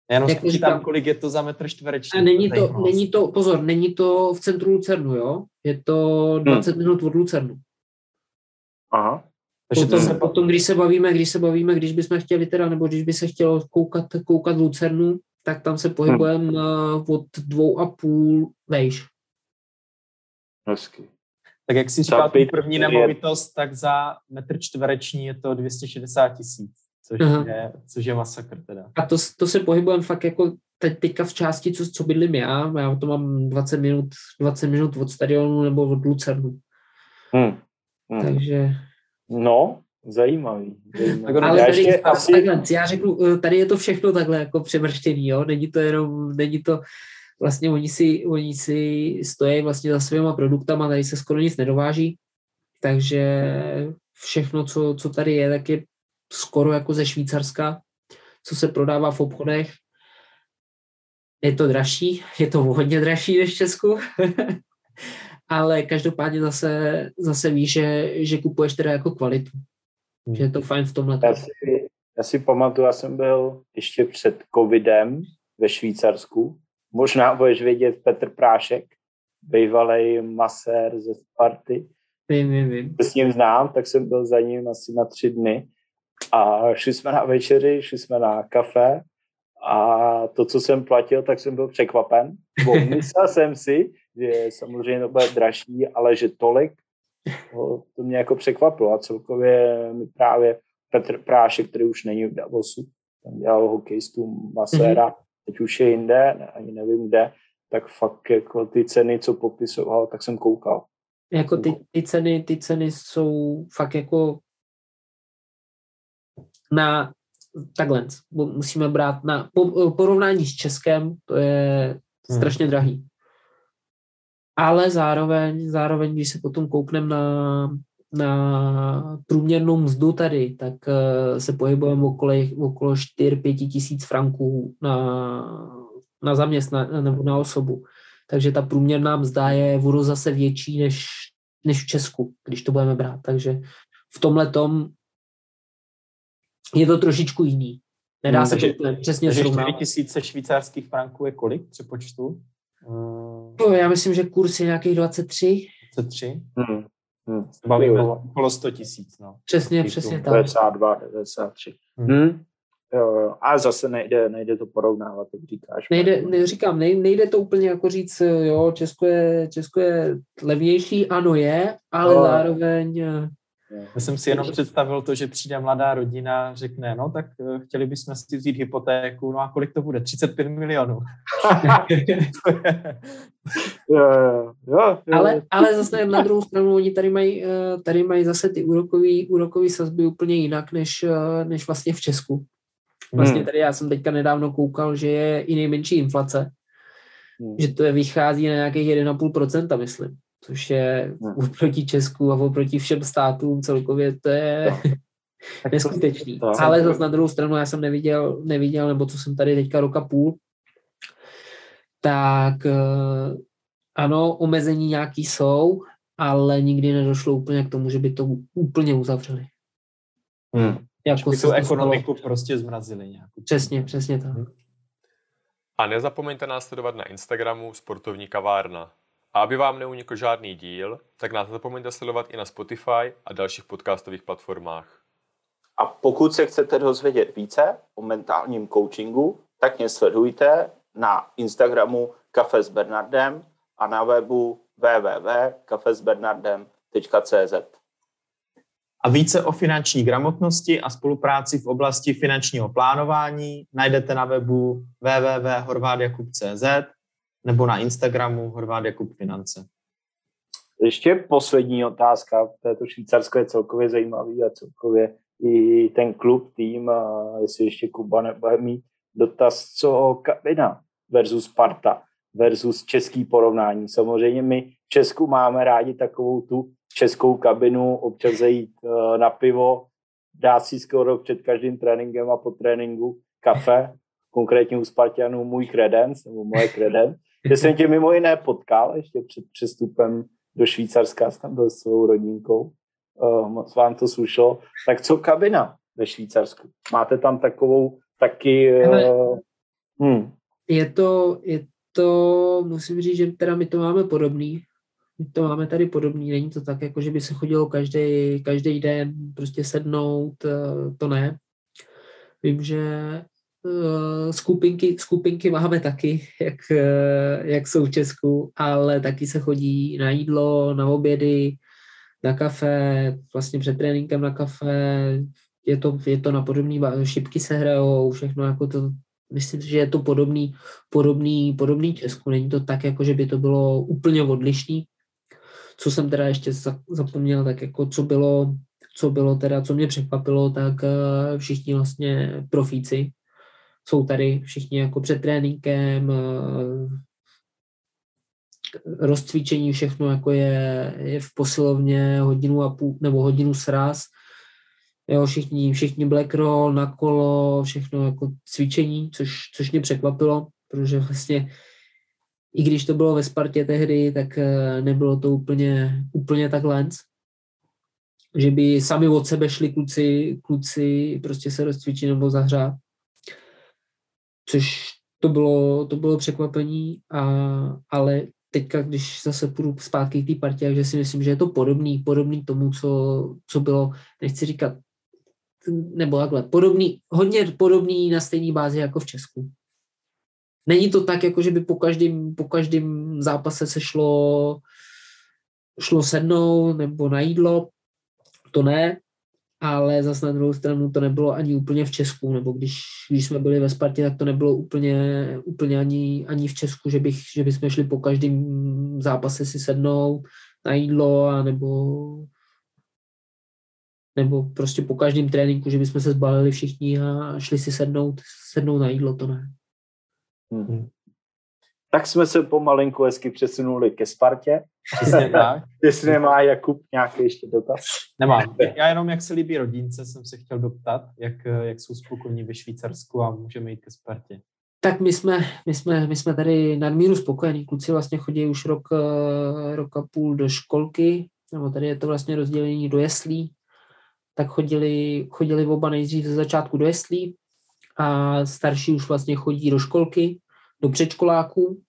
Já jenom Jak spočítám, říkám, kolik je to za metr čtvereční. a není to v centru Lucernu, jo? Je to 20 minut od Lucernu. Aha. Potom, když bychom chtěli teda, nebo když by se chtělo koukat Lucernu, tak tam se pohybujeme od 2,5 vejš. Hezky. Tak jak jsi říkal, tu první nemovitost, tak za metr čtvereční je to 260 000, což je masakr teda. A to se pohybujeme fakt jako teďka v části, co bydlím já to mám 20 minut od stadionu nebo od Lucernu. Takže... No, zajímavý. Ale tady, já řeknu, tady je to všechno takhle jako přemrštěný, jo? Není to vlastně oni si stojí vlastně za svýma produktama, tady se skoro nic nedováží, takže všechno, co tady je, tak je skoro jako ze Švýcarska, co se prodává v obchodech. Je to dražší, je to hodně dražší než v Česku, ale každopádně zase víš, že kupuješ teda jako kvalitu. Že je to fajn v tomhle. Já si pamatuju, já jsem byl ještě před covidem ve Švýcarsku. Možná budeš vědět Petr Prášek, bývalý masér ze Sparty. Vím. S ním znám, tak jsem byl za ním asi na 3 dny. A šli jsme na večeři, šli jsme na kafe a to, co jsem platil, tak jsem byl překvapen. Bo myslel jsem si, že samozřejmě to bude dražší, ale že tolik, to mě jako překvapilo. A celkově mi právě Petr Prášek, který už není v Davosu, tam dělal hokejistu maséra, teď už je jinde, ani nevím kde, tak fakt jako ty ceny, co popisoval, tak jsem koukal. Jako ty ceny jsou fakt jako na takhle, musíme brát na porovnání s Českem, to je strašně drahý. Ale zároveň, když se potom koukneme na průměrnou mzdu tady, tak se pohybujeme okolo 4-5 tisíc franků na zaměstnance nebo na osobu. Takže ta průměrná mzda je v zase větší než v Česku, když to budeme brát. Takže v tomhletom je to trošičku jiný. Nedá se to přesně srovnávat. 4 000 švýcarských franků je kolik přepočtu? Já myslím, že kurz je nějakých 23. 23? Bavíme okolo 100 000. No. Přesně tak. 92, 93. Jo. A zase nejde to porovnávat, jak říkáš. Nejde to úplně jako říct, jo, Česko je levnější, ano je, ale zároveň... Já jsem si jenom představil to, že přijde mladá rodina, řekne, no tak chtěli bychom si vzít hypotéku, no a kolik to bude? 35 milionů. Ale zase na druhou stranu, oni tady mají zase ty úrokový sazby úplně jinak, než vlastně v Česku. Vlastně tady já jsem teďka nedávno koukal, že je i nejmenší inflace, že to vychází na nějakých 1,5%, myslím. Což je oproti Česku a oproti všem státům celkově, to je neskutečný. Ale zase na druhou stranu já jsem neviděl, nebo co jsem tady teďka roka půl, tak ano, omezení nějaký jsou, ale nikdy nedošlo úplně k tomu, že by to úplně uzavřeli. Jako by tu ekonomiku prostě zmrazili nějak. Přesně tak. A nezapomeňte nás sledovat na Instagramu Sportovní kavárna. A aby vám neunikl žádný díl, tak nás nezapomeňte sledovat i na Spotify a dalších podcastových platformách. A pokud se chcete dozvědět více o mentálním coachingu, tak mě sledujte na Instagramu Kafe s Bernardem a na webu www.kafesbernardem.cz. A více o finanční gramotnosti a spolupráci v oblasti finančního plánování najdete na webu www.horvátjakub.cz nebo na Instagramu Horvát Jakub Finance. Ještě poslední otázka. Této Švýcarsko je celkově zajímavý a celkově i ten klub, tým, jestli ještě Kuba nebude mít dotaz, co kabina versus Sparta versus český porovnání. Samozřejmě my v Česku máme rádi takovou tu českou kabinu, občas zajít na pivo, dát si skoro před každým tréninkem a po tréninku kafe, konkrétně u Spartanů můj kredenc, nebo moje kredenc. Že jsem tě mimo jiné potkal ještě před přestupem do Švýcarska, tam byl s svou rodinkou, moc vám to slušelo. Tak co kabina ve Švýcarsku? Máte tam takovou taky Je to, musím říct, že teda my to máme podobný. My to máme tady podobný, není to tak, jako že by se chodilo každý den prostě sednout, to ne. Vím, že skupinky máme taky, jak jsou v Česku, ale taky se chodí na jídlo, na obědy, na kafe, vlastně před tréninkem na kafe, je to na podobný, šipky se hrajou, všechno jako to, myslím si, že je to podobný Česku, není to tak, jako že by to bylo úplně odlišný. Co jsem teda ještě zapomněl, tak jako co bylo teda, co mě překvapilo, tak všichni vlastně profíci jsou tady, všichni jako před tréninkem, rozcvičení, všechno jako je v posilovně 1,5 nebo hodinu sraz, jo, všichni black roll, na kolo, všechno jako cvičení, což mě překvapilo, protože vlastně i když to bylo ve Spartě tehdy, tak nebylo to úplně tak lenc, že by sami od sebe šli kluci prostě se rozcvičit nebo zahřát. Což to bylo překvapení, ale teďka, když zase půjdu zpátky k té partě, takže si myslím, že je to podobný tomu, co bylo, nechci říkat, nebo takhle, hodně podobný na stejné bázi jako v Česku. Není to tak, jako že by po každém zápase se šlo sednout nebo na jídlo, to ne, ale zase na druhou stranu to nebylo ani úplně v Česku, nebo když jsme byli ve Spartě, tak to nebylo úplně ani v Česku, že bychom šli po každém zápase si sednout na jídlo, a nebo prostě po každém tréninku, že bychom se zbalili všichni a šli si sednout na jídlo, to ne. Tak jsme se pomalinku hezky přesunuli ke Spartě. Přesně tak. Jestli nemá Jakub nějaký ještě dotaz? Nemám. Já jenom, jak se líbí rodince, jsem se chtěl doptat, jak jsou spokojení ve Švýcarsku a můžeme jít ke Spartě. Tak my jsme tady nadmíru spokojení. Kluci vlastně chodí už rok a půl do školky, nebo tady je to vlastně rozdělení do jeslí. Tak chodili oba nejdřív ze začátku do jeslí a starší už vlastně chodí do školky, do předškoláků.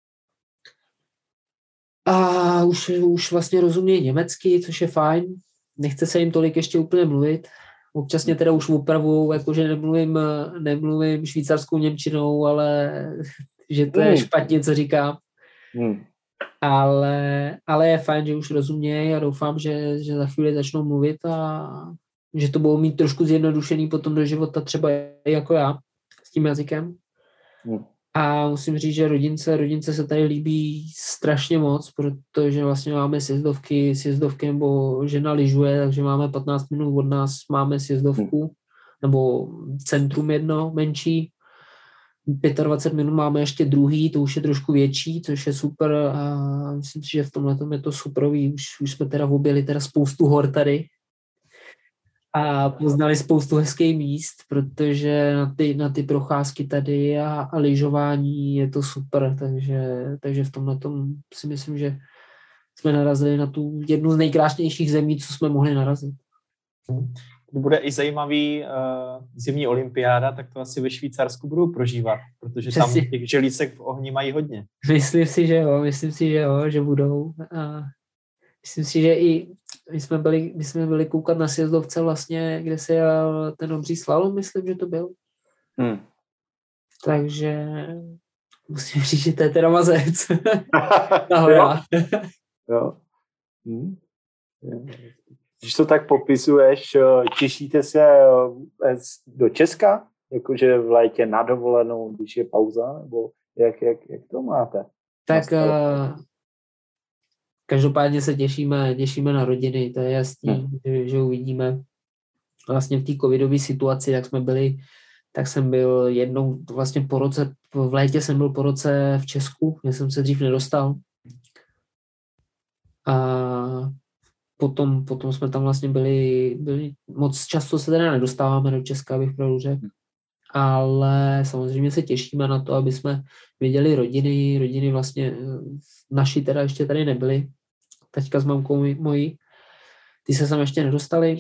A už vlastně rozumějí německy, což je fajn. Nechce se jim tolik ještě úplně mluvit. Občas mě teda už opravu, jakože nemluvím švýcarskou němčinou, ale že to je špatně, co říkám. Ale je fajn, že už rozumějí a doufám, že za chvíli začnou mluvit a že to budou mít trošku zjednodušený potom do života, třeba jako já s tím jazykem. A musím říct, že rodince se tady líbí strašně moc, protože vlastně máme sjezdovky nebo žena lyžuje, takže máme 15 minut od nás, máme sjezdovku, nebo centrum jedno menší. 25 minut máme ještě druhý, to už je trošku větší, což je super a myslím si, že v tomhletom je to superový. Už jsme teda objeli teda spoustu hor tady a poznali spoustu hezkých míst, protože na ty procházky tady a lyžování je to super, takže v tomhletom si myslím, že jsme narazili na tu jednu z nejkrásnějších zemí, co jsme mohli narazit. Bude i zajímavý zimní olympiáda, tak to asi ve Švýcarsku budou prožívat, protože tam těch želízek v ohni mají hodně. Myslím si, že jo, že budou. A myslím si, že i my jsme byli koukat na sjezdovce vlastně, kde se jel ten obří slalom, myslím, že to byl. Takže musím říct, že to je teda mazec. Jo. Když to tak popisuješ, těšíte se do Česka? Jakože v létě na dovolenou, když je pauza? Nebo jak to máte? Tak každopádně se těšíme na rodiny, to je jasný, že uvidíme. Vlastně v té covidové situaci, tak jsem byl jednou vlastně po roce, v létě jsem byl po roce v Česku, kde jsem se dřív nedostal. A potom jsme tam vlastně byli moc často se teda nedostáváme do Česka, abych pravdu řekl. Ale samozřejmě se těšíme na to, aby jsme viděli rodiny vlastně naši teda ještě tady nebyli. Teďka s mamkou mojí, ty se sem ještě nedostali,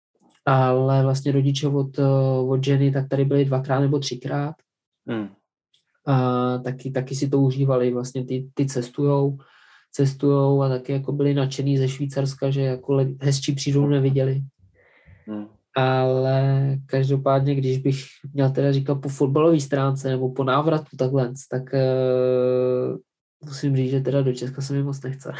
ale vlastně rodiče od ženy tak tady byli 2krát nebo 3krát. a taky si to užívali, vlastně ty cestujou a taky jako byli nadšený ze Švýcarska, že jako hezčí přírodu neviděli. Ale každopádně, když bych měl teda říkat po fotbalové stránce nebo po návratu takhle, tak musím říct, že teda do Česka se mi moc nechce.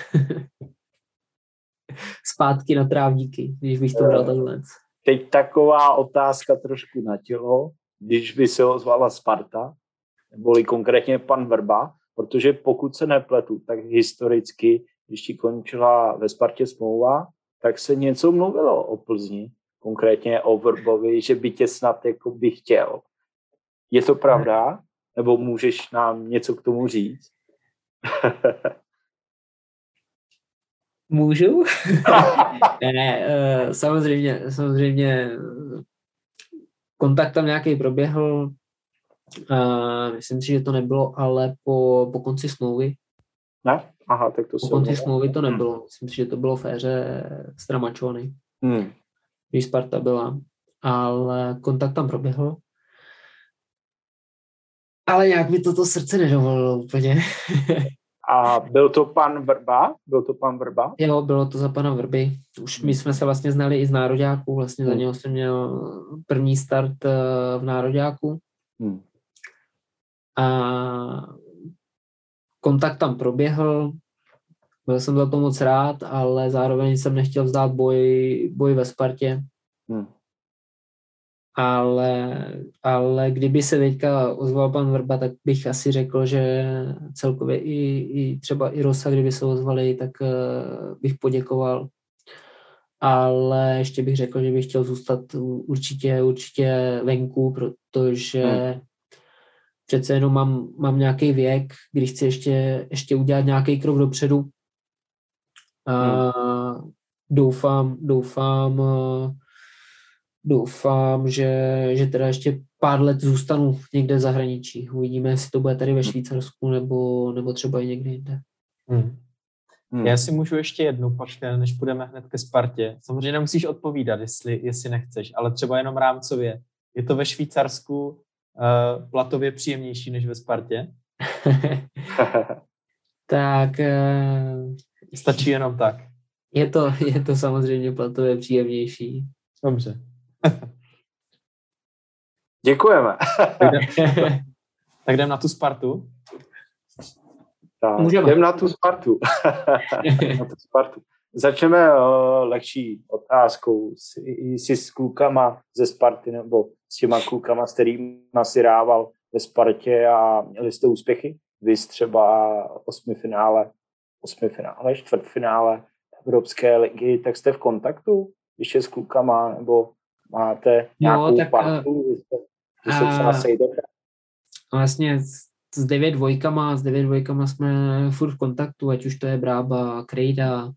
Zpátky na trávníky, když bych to bral takhle. Teď taková otázka trošku na tělo, když by se ozvala Sparta, neboli konkrétně pan Vrba, protože pokud se nepletu, tak historicky, když ti končila ve Spartě smlouva, tak se něco mluvilo o Plzni, konkrétně o Vrbovi, že by tě snad jako by chtěl. Je to pravda? Nebo můžeš nám něco k tomu říct? Můžu? ne, samozřejmě kontakt tam nějaký proběhl. Myslím si, že to nebylo, ale po konci smlouvy. Ne? Aha, tak to po konci smlouvy to nebylo. Myslím si, že to bylo v éře Stramačony, když Sparta byla. Ale kontakt tam proběhl. Ale nějak mi toto srdce nedovolilo úplně. A byl to pan Vrba? Jo, bylo to za pana Vrby. Už my jsme se vlastně znali i z nároďáků. Vlastně za něho jsem měl první start v nároďáku. A kontakt tam proběhl. Byl jsem za to moc rád, ale zároveň jsem nechtěl vzdát boj ve Spartě. Ale kdyby se teďka ozval pan Vrba, tak bych asi řekl, že celkově i třeba i Rosa, kdyby se ozvali, tak bych poděkoval. Ale ještě bych řekl, že bych chtěl zůstat určitě venku, protože přece jenom mám nějaký věk, kdy chci ještě udělat nějaký krok dopředu. Doufám, že teda ještě pár let zůstanu někde v zahraničí. Uvidíme, jestli to bude tady ve Švýcarsku nebo třeba i někde jinde. Já si můžu ještě jednu, pak než půjdeme hned ke Spartě. Samozřejmě nemusíš odpovídat, jestli nechceš, ale třeba jenom rámcově. Je to ve Švýcarsku platově příjemnější než ve Spartě? Tak... Stačí jenom tak. Je to samozřejmě platově příjemnější. Dobře. Děkujeme. Tak jdem na tu Spartu. Jdem na tu Spartu. Začneme lehčí otázkou. Jsi s klukama ze Sparty nebo s těma klukama, s kterými si hrával ve Spartě a měli jste úspěchy? Vy třeba čtvrtfinále Evropské ligy, tak jste v kontaktu ještě s klukama, nebo máte nějakou partu, že se třeba sejdete? Vlastně s 9-2 jsme furt v kontaktu, ať už to je Brába, Krejda,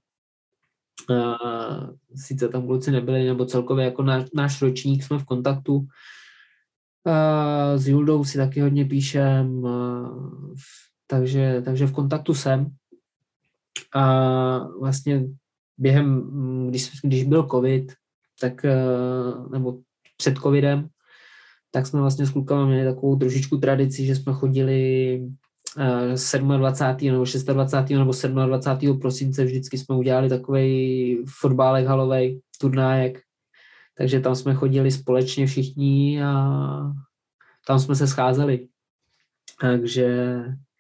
sice tam kluci nebyli, nebo celkově jako náš ročník jsme v kontaktu. S Juldou si taky hodně píšem, takže v kontaktu jsem. A vlastně když byl covid, tak, nebo před covidem, tak jsme vlastně s klukama měli takovou trošičku tradici, že jsme chodili 27. nebo 26. nebo 27. prosince, vždycky jsme udělali takovej fotbálek halovej, turnájek, takže tam jsme chodili společně všichni a tam jsme se scházeli. Takže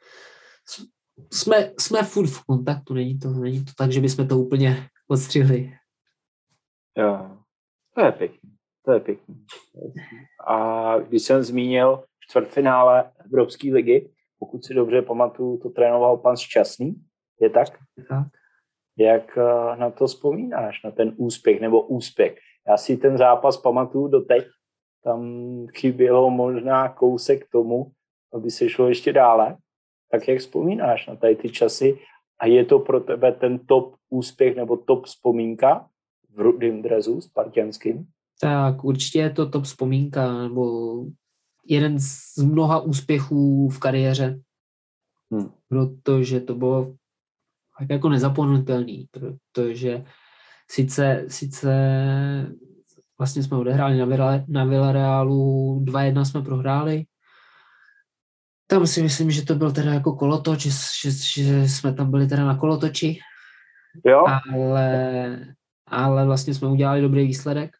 jsme furt v kontaktu, není to tak, že bychom to úplně odstřihli. Jo, to je pěkný. A když jsem zmínil čtvrtfinále Evropské ligy, pokud si dobře pamatuju, to trénoval pan Šťastný, je tak? Tak. Jak na to vzpomínáš, na ten úspěch nebo úspěch? Já si ten zápas pamatuju doteď, tam chybělo možná kousek tomu, aby se šlo ještě dále. Tak jak vzpomínáš na tady ty časy a je to pro tebe ten top úspěch nebo top vzpomínka v rudým dresu spartanským? Tak určitě je to top vzpomínka nebo jeden z mnoha úspěchů v kariéře, protože to bylo tak jako nezapomenutelný, protože sice vlastně jsme odehráli na Villarealu, 2-1 jsme prohráli, Tam si myslím, že to byl teda jako kolotoč, že jsme tam byli teda na kolotoči, Jo? ale vlastně jsme udělali dobrý výsledek.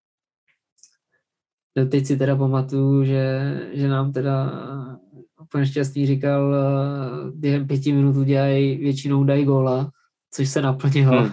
Teď si teda pamatuju, že nám teda pan Šťastný říkal, během 5 minut většinou dají góla, což se naplnilo.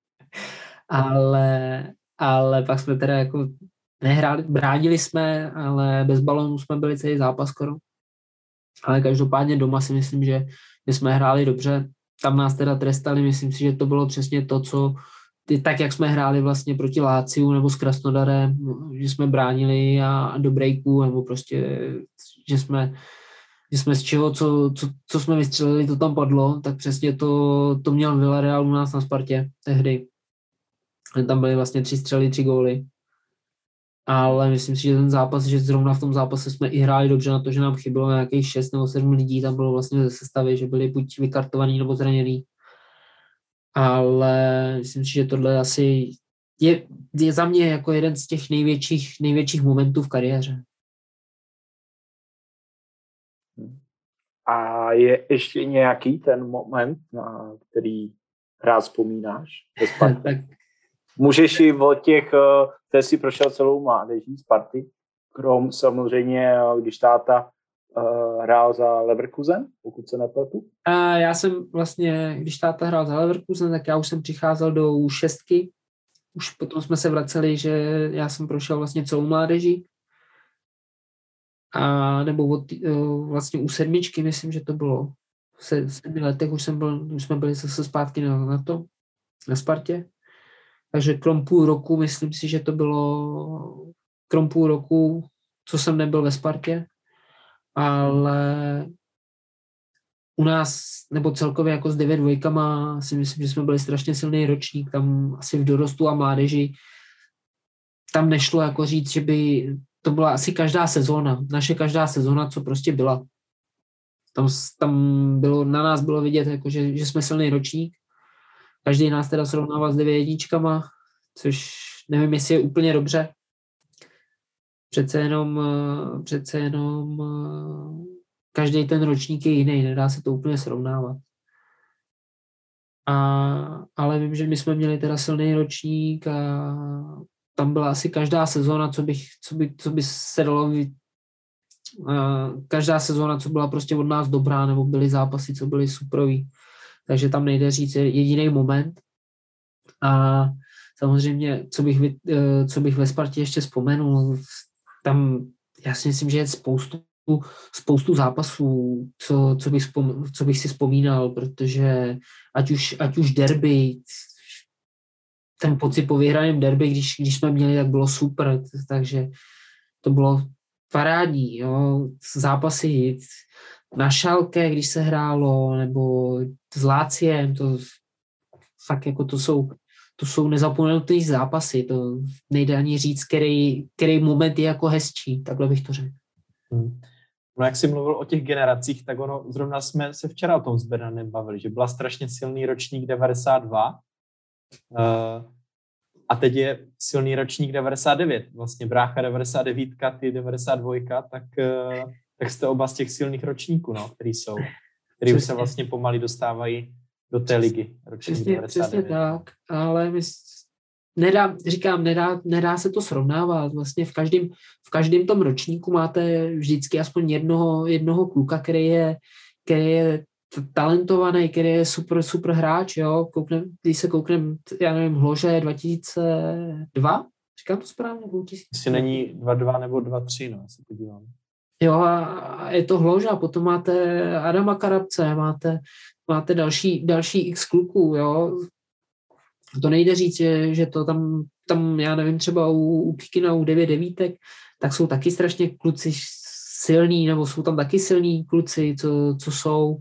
Ale pak jsme teda jako nehráli, bránili jsme, ale bez balónu jsme byli celý zápas skoro. Ale každopádně doma si myslím, že jsme hráli dobře. Tam nás teda trestali, myslím si, že to bylo přesně to, co tak, jak jsme hráli vlastně proti Láciu nebo s Krasnodarem, že jsme bránili a do breaku, nebo prostě, že jsme z čeho, co jsme vystřelili, to tam padlo, tak přesně to měl Villarreal u nás na Spartě tehdy. Tam byly vlastně 3 střely, 3 góly. Ale myslím si, že ten zápas, že zrovna v tom zápase jsme i hráli dobře na to, že nám chybilo nějakých 6 nebo 7 lidí, tam bylo vlastně ze sestavy, že byli buď vykartovaný nebo zraněný. Ale myslím si, že tohle asi je za mě jako jeden z těch největších momentů v kariéře. A je ještě nějaký ten moment, na který rád vzpomínáš ve Spartě? Tak Můžeš i o těch, ty jsi prošel celou mládeží Sparty, krom samozřejmě, když táta hrál za Leverkusen, pokud se nepletu. A já jsem vlastně, když táta hrál za Leverkusen, tak já už jsem přicházel do U6. Už potom jsme se vraceli, že já jsem prošel vlastně celou mládeží. A nebo vlastně u 7, myslím, že to bylo v 7 letech, už jsme byli zase zpátky na Spartě. Takže krom půl roku, myslím si, že to bylo krom půl roku, co jsem nebyl ve Spartě, ale u nás, nebo celkově jako s 9-2 si myslím, že jsme byli strašně silný ročník, tam asi v dorostu a mládeži, tam nešlo jako říct, že by to byla asi každá sezóna, naše každá sezóna, co prostě byla. Tam bylo, na nás bylo vidět, jako že jsme silný ročník. Každý nás teda srovnával s 9-1, což nevím, jestli je úplně dobře. Přece jenom každý ten ročník je jiný, nedá se to úplně srovnávat. Ale vím, že my jsme měli teda silný ročník a tam byla asi každá sezóna, co by se dalo každá sezóna, co byla prostě od nás dobrá, nebo byly zápasy, co byly superový. Takže tam nejde říct jediný moment. A samozřejmě, co bych ve Spartě ještě vzpomenul, tam já si myslím, že je spoustu zápasů, co bych si vzpomínal, protože ať už derby, ten pocit po vyhraném derby, když jsme měli, tak bylo super, takže to bylo parádní, jo, zápasy na Schalke, když se hrálo, nebo s Láciem, to fakt jako to jsou nezapomenutelné zápasy, to nejde ani říct, který moment je jako hezčí, takhle bych to řekl. No jak jsi mluvil o těch generacích, tak ono, zrovna jsme se včera o tom s Bernanem bavili, že byla strašně silný ročník 92 a teď je silný ročník 99, vlastně brácha 99, ty 92, tak jste oba z těch silných ročníků, no, který už se vlastně pomaly dostávají do té ligy. Přesně tak, ale nedá se to srovnávat. Vlastně v každém tom ročníku máte vždycky aspoň jednoho kluka, který je talentovaný, který je super hráč, jo. Když se kouknem, já nevím, Hlože 2002, říkám to správně? Jestli není 2-2 nebo 2-3, no, já se podívám. Jo, a je to Hloža, potom máte Adama Karabce, máte další x kluků, jo. To nejde říct, že to tam já nevím, třeba u Kikina, u 9 tak jsou taky strašně kluci silní, nebo jsou tam taky silní kluci, co jsou.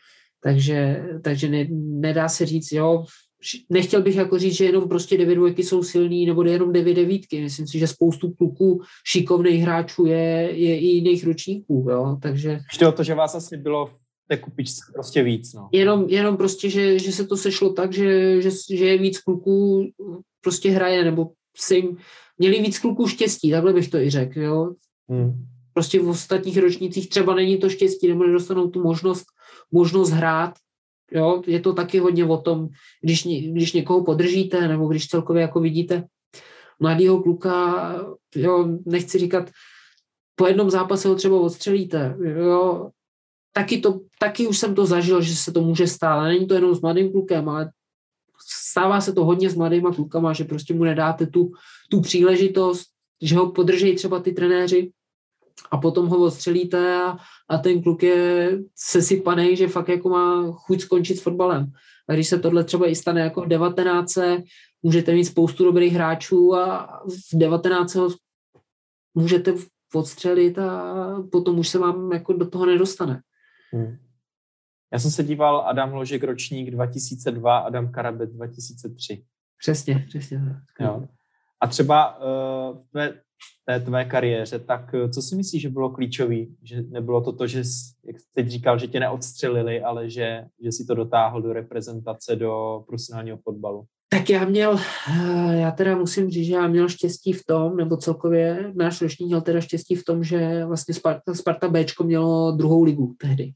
Takže nedá se říct, jo, nechtěl bych jako říct, že jenom prostě 9 jsou silní, nebo jenom 9. Myslím si, že spoustu kluků, šikovných hráčů je i jiných ročníků, jo, takže... Ještě o to, že vás asi bylo v té kupičce prostě víc, no. Jenom prostě, že se to sešlo tak, že je víc kluků prostě hraje, nebo měli víc kluků štěstí, takhle bych to i řekl, jo. prostě v ostatních ročnících třeba není to štěstí, nebo nedostanou tu možnost hrát. Jo, je to taky hodně o tom, když někoho podržíte, nebo když celkově jako vidíte mladýho kluka, jo, nechci říkat, po jednom zápase ho třeba odstřelíte, jo, taky už jsem to zažil, že se to může stát, ale není to jenom s mladým klukem, ale stává se to hodně s mladýma klukama, že prostě mu nedáte tu příležitost, že ho podržejí třeba ty trenéři a potom ho odstřelíte a ten kluk je sesypanej, že fakt jako má chuť skončit s fotbalem. A když se tohle třeba i stane jako v 19, můžete mít spoustu dobrých hráčů a v 19 ho můžete odstřelit a potom už se vám jako do toho nedostane. Já jsem se díval, Adam Hložek ročník 2002, Adam Karabec 2003. Přesně. Jo. A třeba v té tvé kariéře, tak co si myslíš, že bylo klíčový? Že nebylo to, že jak jsi teď říkal, že tě neodstřelili, ale že si to dotáhl do reprezentace, do profesionálního fotbalu? Tak já teda musím říct, že já měl štěstí v tom, nebo celkově náš ročník měl teda štěstí v tom, že vlastně Sparta Bčko mělo 2. ligu tehdy.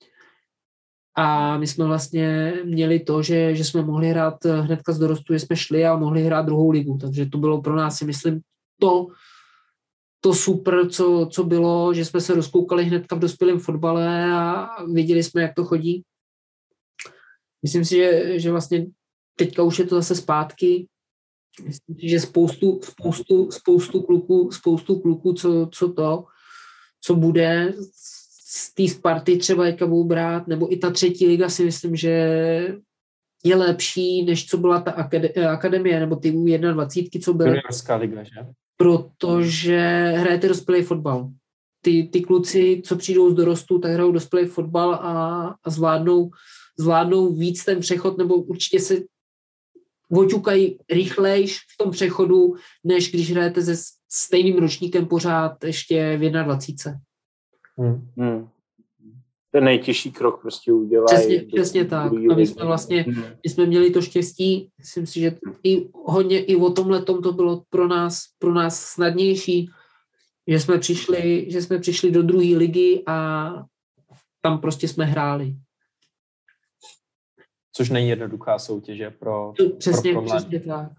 A my jsme vlastně měli to, že jsme mohli hrát hnedka z dorostu, že jsme šli a mohli hrát 2. ligu. Takže to bylo pro nás, si myslím, to super, co bylo, že jsme se rozkoukali hnedka v dospělém fotbale a viděli jsme, jak to chodí. Myslím si, že vlastně teďka už je to zase zpátky. Myslím si, že spoustu kluků, co bude z té Sparty třeba jaká budou brát, nebo i ta 3. liga si myslím, že je lepší, než co byla ta akademie, nebo ty 21, co byly. Juniorská liga, že? Protože hrajete dospělý fotbal. Ty kluci, co přijdou z dorostu, tak hrajou dospělý fotbal a zvládnou víc ten přechod, nebo určitě se oťukají rychlejš v tom přechodu, než když hrajete se stejným ročníkem pořád ještě v 21. Ten nejtěžší krok prostě udělají. Přesně tak. A my jsme měli to štěstí, myslím si, že i o tomhletom to bylo pro nás snadnější, že jsme přišli do 2. ligy a tam prostě jsme hráli. Což není jednoduchá soutěže pro Přesně tak.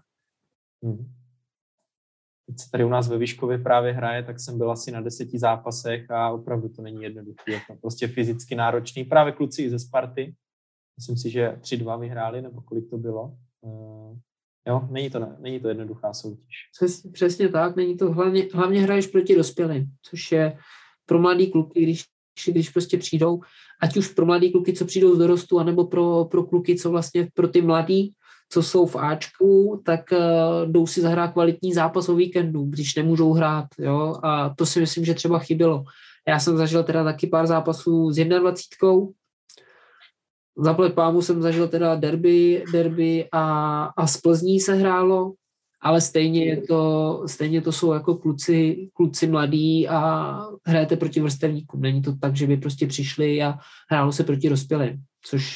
Teď se tady u nás ve Vyškově právě hraje, tak jsem byl asi na 10 zápasech a opravdu to není jednoduché. Je to prostě fyzicky náročný. Právě kluci ze Sparty, myslím si, že 3-2 vyhráli, nebo kolik to bylo. Jo, není to jednoduchá soutěž. Přesně tak, není to, hlavně hraješ proti dospělým, což je pro mladý kluky, když prostě přijdou, ať už pro mladý kluky, co přijdou z dorostu, anebo pro kluky, co vlastně pro ty mladý, co jsou v Ačku, tak jdou si zahrát kvalitní zápas o víkendu, když nemůžou hrát, jo, a to si myslím, že třeba chybělo. Já jsem zažil teda taky pár zápasů s 21. Zaplať pámu jsem zažil teda derby a z Plzní se hrálo, ale stejně to jsou jako kluci mladí a hrajete proti vrstevníkům. Není to tak, že by prostě přišli a hrálo se proti dospělým,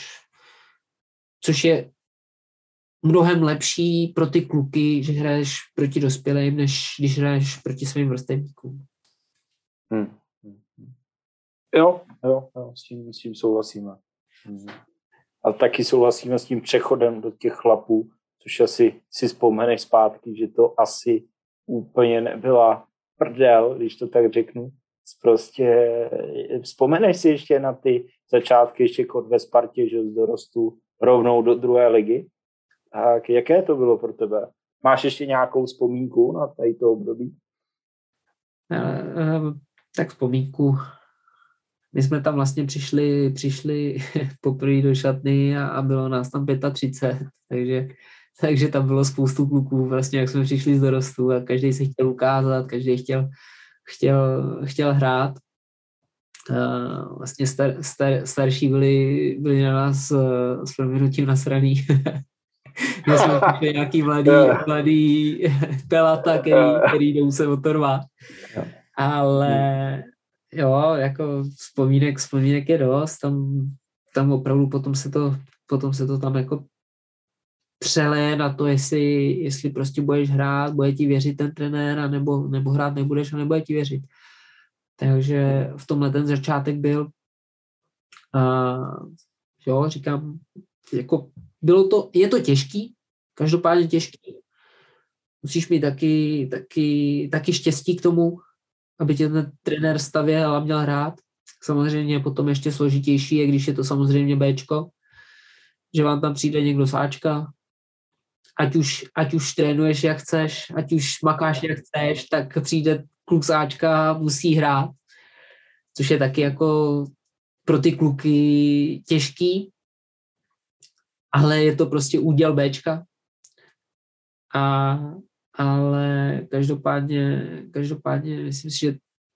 což je mnohem lepší pro ty kluky, že hraješ proti dospělým, než když hraješ proti svým vrstevníkům. Jo, s tím souhlasíme. A taky souhlasíme s tím přechodem do těch chlapů, což asi si vzpomeneš zpátky, že to asi úplně nebyla prdel, když to tak řeknu. Prostě vzpomeneš si ještě na ty začátky ještě ve Spartě, že z dorostu rovnou do 2. ligy? Tak jaké to bylo pro tebe? Máš ještě nějakou vzpomínku na tady to období? Tak vzpomínku. My jsme tam vlastně přišli poprvé do šatny a bylo nás tam 35, takže tam bylo spoustu kluků, vlastně jak jsme přišli z dorostu a každý se chtěl ukázat, každý chtěl hrát. Vlastně starší byli na nás s prominutím nasraný. My jsme přišli nějaký mladý pelata, který jdou se motorovat. Ale jo, jako vzpomínek je dost, tam opravdu potom se to tam jako přeleje na to, jestli prostě budeš hrát, bude ti věřit ten trenér, nebo hrát nebudeš a nebude ti věřit. Takže v tomhle ten začátek byl. Jo, říkám, jako je to těžký, každopádně těžký. Musíš mít taky štěstí k tomu, aby tě ten trenér stavěl a měl rád. Samozřejmě potom ještě složitější je, když je to samozřejmě Bčko, že vám tam přijde někdo sáčka, ať už trénuješ jak chceš, ať už makáš jak chceš, tak přijde kluk sáčka, musí hrát, což je taky jako pro ty kluky těžký, ale je to prostě úděl Bčka. Ale každopádně myslím si, že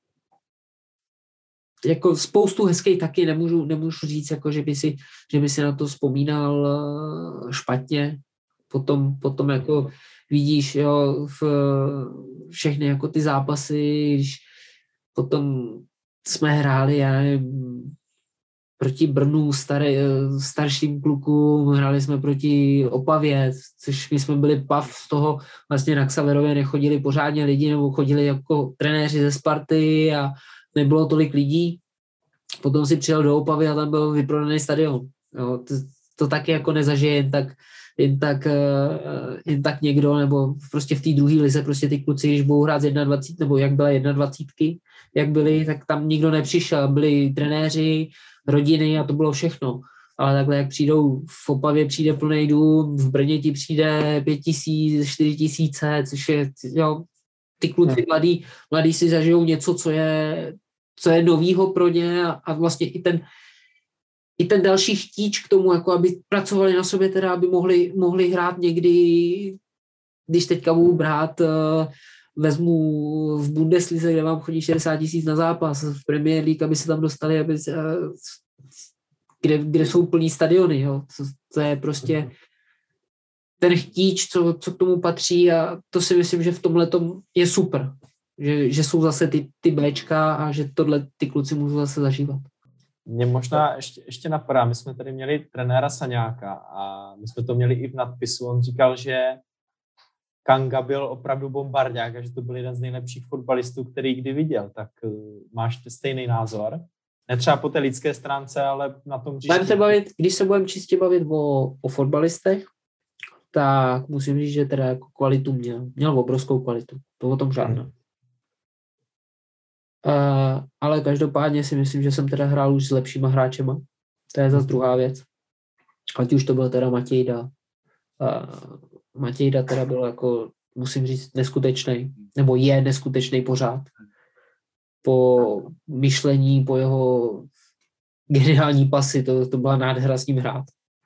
jako spoustu hezkých taky nemůžu říct, jako že by si na to vzpomínal špatně. Potom jako vidíš, jo, všechny jako ty zápasy, když potom jsme hráli, já nevím, proti Brnu, starším klukům, hráli jsme proti Opavě, což my jsme byli pav z toho, vlastně na Xaverově nechodili pořádně lidi, nebo chodili jako trenéři ze Sparty a nebylo tolik lidí. Potom si přijel do Opavy a tam byl vyprodaný stadion. Jo, to taky jako nezažije jen tak někdo, nebo prostě v té druhé lize prostě ty kluci, když budou hrát z 21, nebo jak byla 21, jak byli, tak tam nikdo nepřišel. Byli trenéři, rodiny a to bylo všechno. Ale takhle, jak přijdou, v Opavě přijde plný dům, v Brně ti přijde 5 000, 4 000, což je, jo, ty kluci mladí si zažijou něco, co je novýho pro ně a vlastně i ten další chtíč k tomu, jako aby pracovali na sobě, teda aby mohli hrát někdy, když teďka budu brát, vezmu v Bundeslize, kde vám chodí 60 000 na zápas, v Premier League, aby se tam dostali, kde jsou plný stadiony. Jo. To je prostě ten chtíč, co k tomu patří a to si myslím, že v tomhletom je super. Že jsou zase ty Bčka a že tohle ty kluci můžou zase zažívat. Mě možná ještě napadá, my jsme tady měli trenéra Saňáka a my jsme to měli i v nadpisu. On říkal, že Kanga byl opravdu bombardák a že to byl jeden z nejlepších fotbalistů, který kdy viděl. Tak máš stejný názor? Ne třeba po té lidské stránce, ale na tom když se budeme čistě bavit o fotbalistech, tak musím říct, že teda jako kvalitu měl obrovskou kvalitu. To o tom žádná. Ale každopádně si myslím, že jsem teda hrál už s lepšíma hráčema. To je zase druhá věc. Ať už to byl teda Matějda. Matějda teda byl jako, musím říct, neskutečný, nebo je neskutečný pořád. Po myšlení, po jeho geniální pasy, to byla nádhera s ním hrát.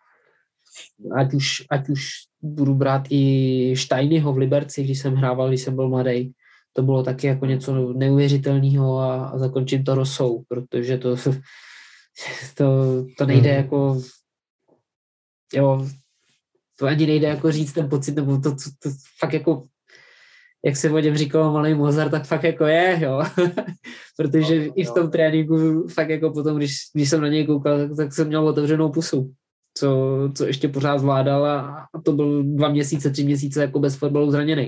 Ať už budu brát i Steinyho v Liberci, když jsem hrával, když jsem byl mladý. To bylo taky jako něco neuvěřitelného a zakončím to Rosou, protože to nejde jako, jo, to ani nejde jako říct ten pocit, nebo to fakt jako, jak se o něm říkalo malý Mozart, tak fakt jako je, jo, protože i v tom tréninku fakt jako potom, když jsem na něj koukal, tak jsem měl otevřenou pusu, co ještě pořád zvládal a to byl 2 měsíce, 3 měsíce jako bez fotbalu zraněný.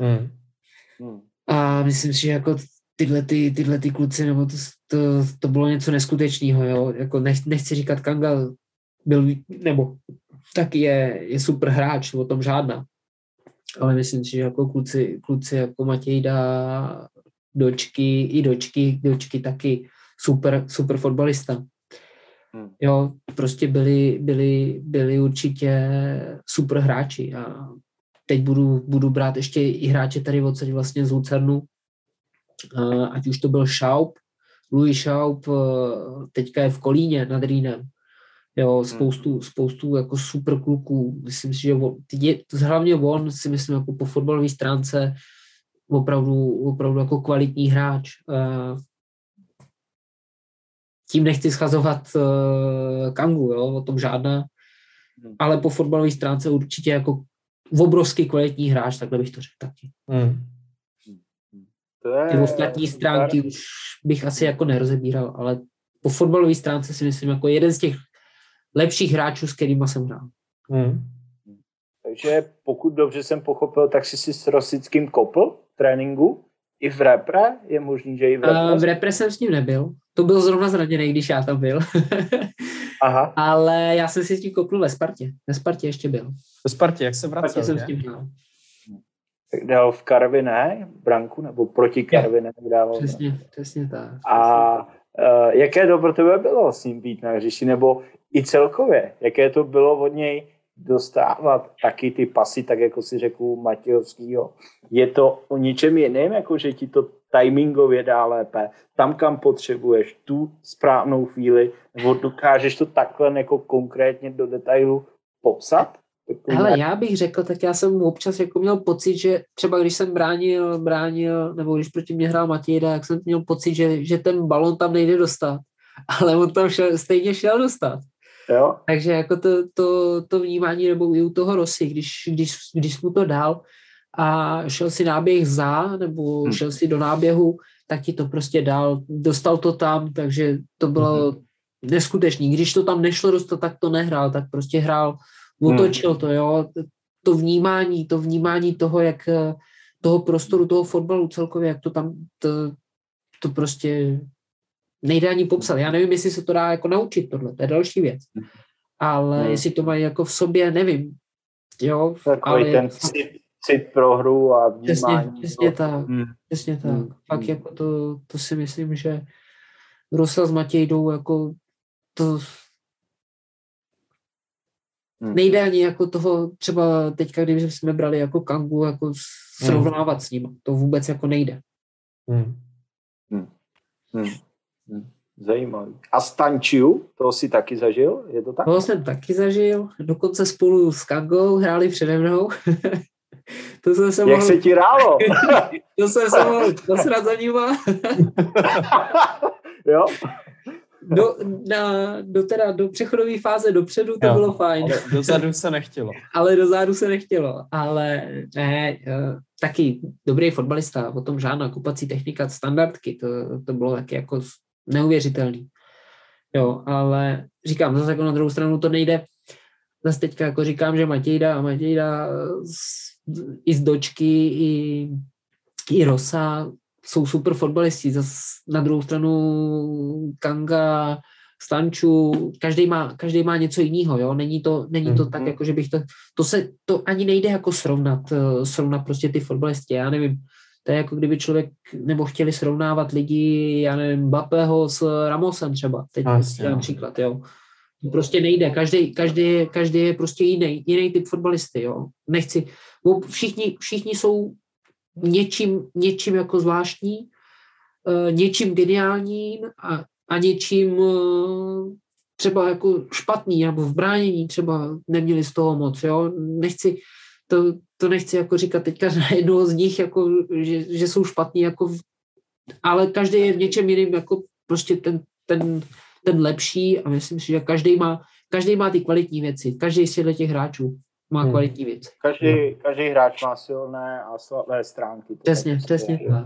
A myslím si, že jako tyhle ty kluci, nebo to bylo něco neskutečného, jo. Jako nechci říkat, Kanga byl, nebo taky je super hráč, o tom žádná. Ale myslím si, že jako kluci jako Matějda, Dočky taky super fotbalista. Jo, prostě byli určitě super hráči a teď budu brát ještě i hráče tady odsaď vlastně z Lucernu, ať už to byl Louis Schaub, teďka je v Kolíně nad Rýnem. Jo, spoustu jako super kluků. Myslím si, že hlavně on si myslím jako po fotbalové stránce opravdu jako kvalitní hráč. Tím nechci schazovat Kangu, jo, o tom žádná, ale po fotbalové stránce určitě jako obrovský kvalitní hráč, takhle bych to řekl taky. Ty ostatní stránky už bych asi jako nerozebíral, ale po fotbalové stránce si myslím jako jeden z těch lepších hráčů, s kterýma jsem hrál. Takže pokud dobře jsem pochopil, tak jsi s Rosickým kopl v tréninku? i v repre? Je možný, že i v repre? V repre jsem s ním nebyl. To byl zrovna zraněný, když já tam byl. Aha. Ale já jsem si s tím kopnul ve Spartě. Ve Spartě ještě byl. Ve Spartě, jak se vracel, jsem s tím dal. Tak dal v Karviné branku, nebo proti Karviné dával. Přesně tak. A jaké to pro tebe bylo s ním být na hřišti, nebo i celkově, jaké to bylo od něj dostávat taky ty pasy, tak jako si řekl Matějovskýho. Je to o ničem jiném, jako že ti to timingově dá lépe, tam, kam potřebuješ, tu správnou chvíli, nebo dokážeš to takhle jako konkrétně do detailu popsat? Hele, já bych řekl, tak já jsem občas jako měl pocit, že třeba když jsem bránil, nebo když proti mě hrál Matějda, jak jsem měl pocit, že ten balon tam nejde dostat, ale on tam stejně šel dostat. Jo? Takže jako to vnímání, nebo i u toho Rosy, když mu to dal a šel si náběh nebo šel si do náběhu, tak ti to prostě dal, dostal to tam, takže to bylo neskutečný. Když to tam nešlo dostat, tak to nehrál, tak prostě hrál, otočil to, jo, to vnímání toho, jak toho prostoru, toho fotbalu celkově, jak to tam, to prostě nejde ani popsat. Já nevím, jestli se to dá jako naučit tohle, to je další věc. Ale jestli to mají jako v sobě, nevím. Jo, takový ale ten cit pro hru a vnímání. Přesně tak. Pak jako to si myslím, že Rosa s Matějdou jako to nejde ani jako toho, třeba teďka, když jsme brali jako Kangu, jako srovnávat s ním. To vůbec jako nejde. Zajímavý. A Stančiu, toho si taky zažil? Je to tak? Toho jsem taky zažil. Dokonce spolu s Kangou hráli přede mnou. To jsem se Jak se ti hrálo? To jsem se mohl posrat za nima. Jo? Do přechodové fáze dopředu to bylo fajn. Ale dozadu se nechtělo. Ale ne, taky dobrý fotbalista, o tom žádná kupací technika, standardky, to bylo taky jako neuvěřitelný. Jo, ale říkám, zase jako na druhou stranu to nejde. Zase teďka jako říkám, že Matějda i z Dočky, i Rosa jsou super fotbalisti. Zase na druhou stranu Kanga, Stanču, každý má něco jiného, jo. Není to tak, jako že bych to ani nejde jako srovnat prostě ty fotbalisty. Já nevím, to je jako kdyby člověk, nebo chtěli srovnávat lidi, já nevím, Mbappého s Ramosem třeba. Teď dám příklad, jo. Prostě nejde. Každý je prostě jiný typ fotbalisty, jo. Nechci. Všichni jsou něčím jako zvláštní, něčím geniálním a něčím třeba jako špatný, nebo v bránění třeba neměli z toho moc, jo. To nechci jako říkat teďka na jednoho z nich, jako, že jsou špatní, jako, ale každý je v něčem jiným jako prostě ten lepší a myslím si, že každý má ty kvalitní věci. Každý z těch hráčů má kvalitní věci. Každý hráč má silné a slabé stránky. Přesně tak.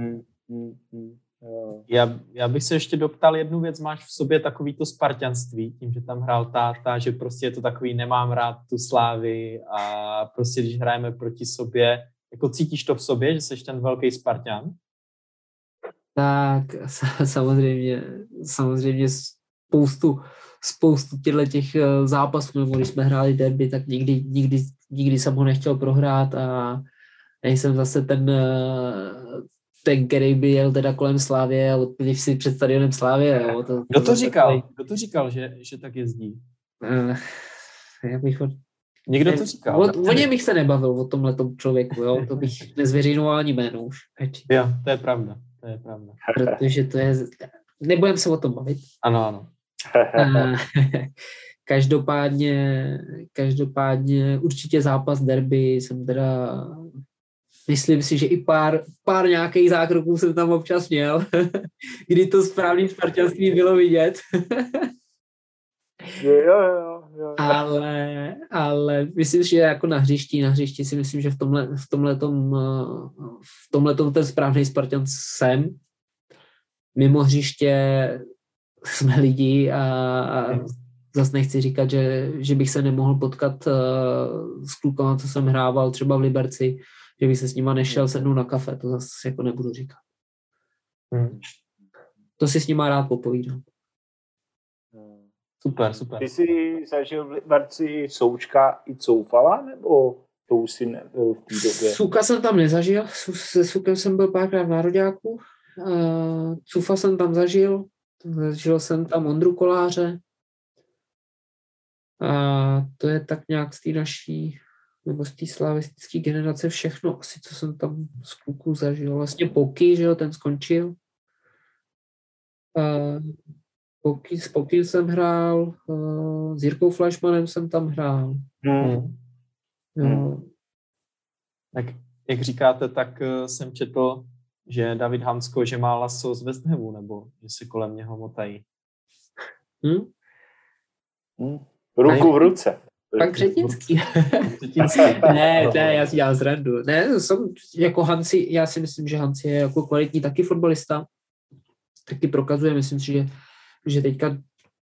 Já bych se ještě doptal jednu věc. Máš v sobě takový to spartanství, tím, že tam hrál táta, že prostě je to takový nemám rád tu Slávy a prostě když hrajeme proti sobě, jako cítíš to v sobě, že jsi ten velký Spartan? Tak samozřejmě spoustu těch zápasů, nebo když jsme hráli derby, tak nikdy jsem ho nechtěl prohrát a nejsem zase ten, který by jel teda kolem Slávie a odpiliv si před stadionem Slávie. Jo. Kdo to říkal, že tak jezdí? Někdo to říkal. O něm bych se nebavil, o tomhletom člověku, jo. To bych nezveřejnoval ani jméno už. Jo, to je pravda. Protože to je... Nebudem se o tom bavit. Ano. Každopádně určitě zápas derby jsem teda... Myslím si, že i pár nějakých zákroků jsem tam občas měl, kdy to správný spartanství bylo vidět. Jo. Ale myslím si, že jako na hřišti si myslím, že v tomhletom ten správný Spartan jsem. Mimo hřiště jsme lidi a zase nechci říkat, že bych se nemohl potkat s klukama, co jsem hrával třeba v Liberci, že by se s nima nešel sednout na kafe, to zase jako nebudu říkat. To si s nima rád popovídám. Super, super. Ty jsi zažil v Liberci Součka i Coufala, nebo to už si nebyl v té době? Suka jsem tam nezažil, se Sukem jsem byl párkrát v Nároďáku, Cufa jsem tam zažil jsem tam Ondru Koláře, a to je tak nějak z té naší, nebo z té slavistické generace všechno asi, co jsem tam z kluků zažil. Vlastně Poky, že jo, ten skončil. S Poky jsem hrál, s Jirkou Fleischmannem jsem tam hrál. Tak jak říkáte, tak jsem četl, že David Hansko, že má laso z West Hamu, nebo že si kolem něho motají. Ruku v ruce. Pak Křetinský. Ne, já si dělám srandu. Ne, jsem jako Hansi, já si myslím, že Hansi je jako kvalitní taky fotbalista. Taky prokazuje, myslím si, že teďka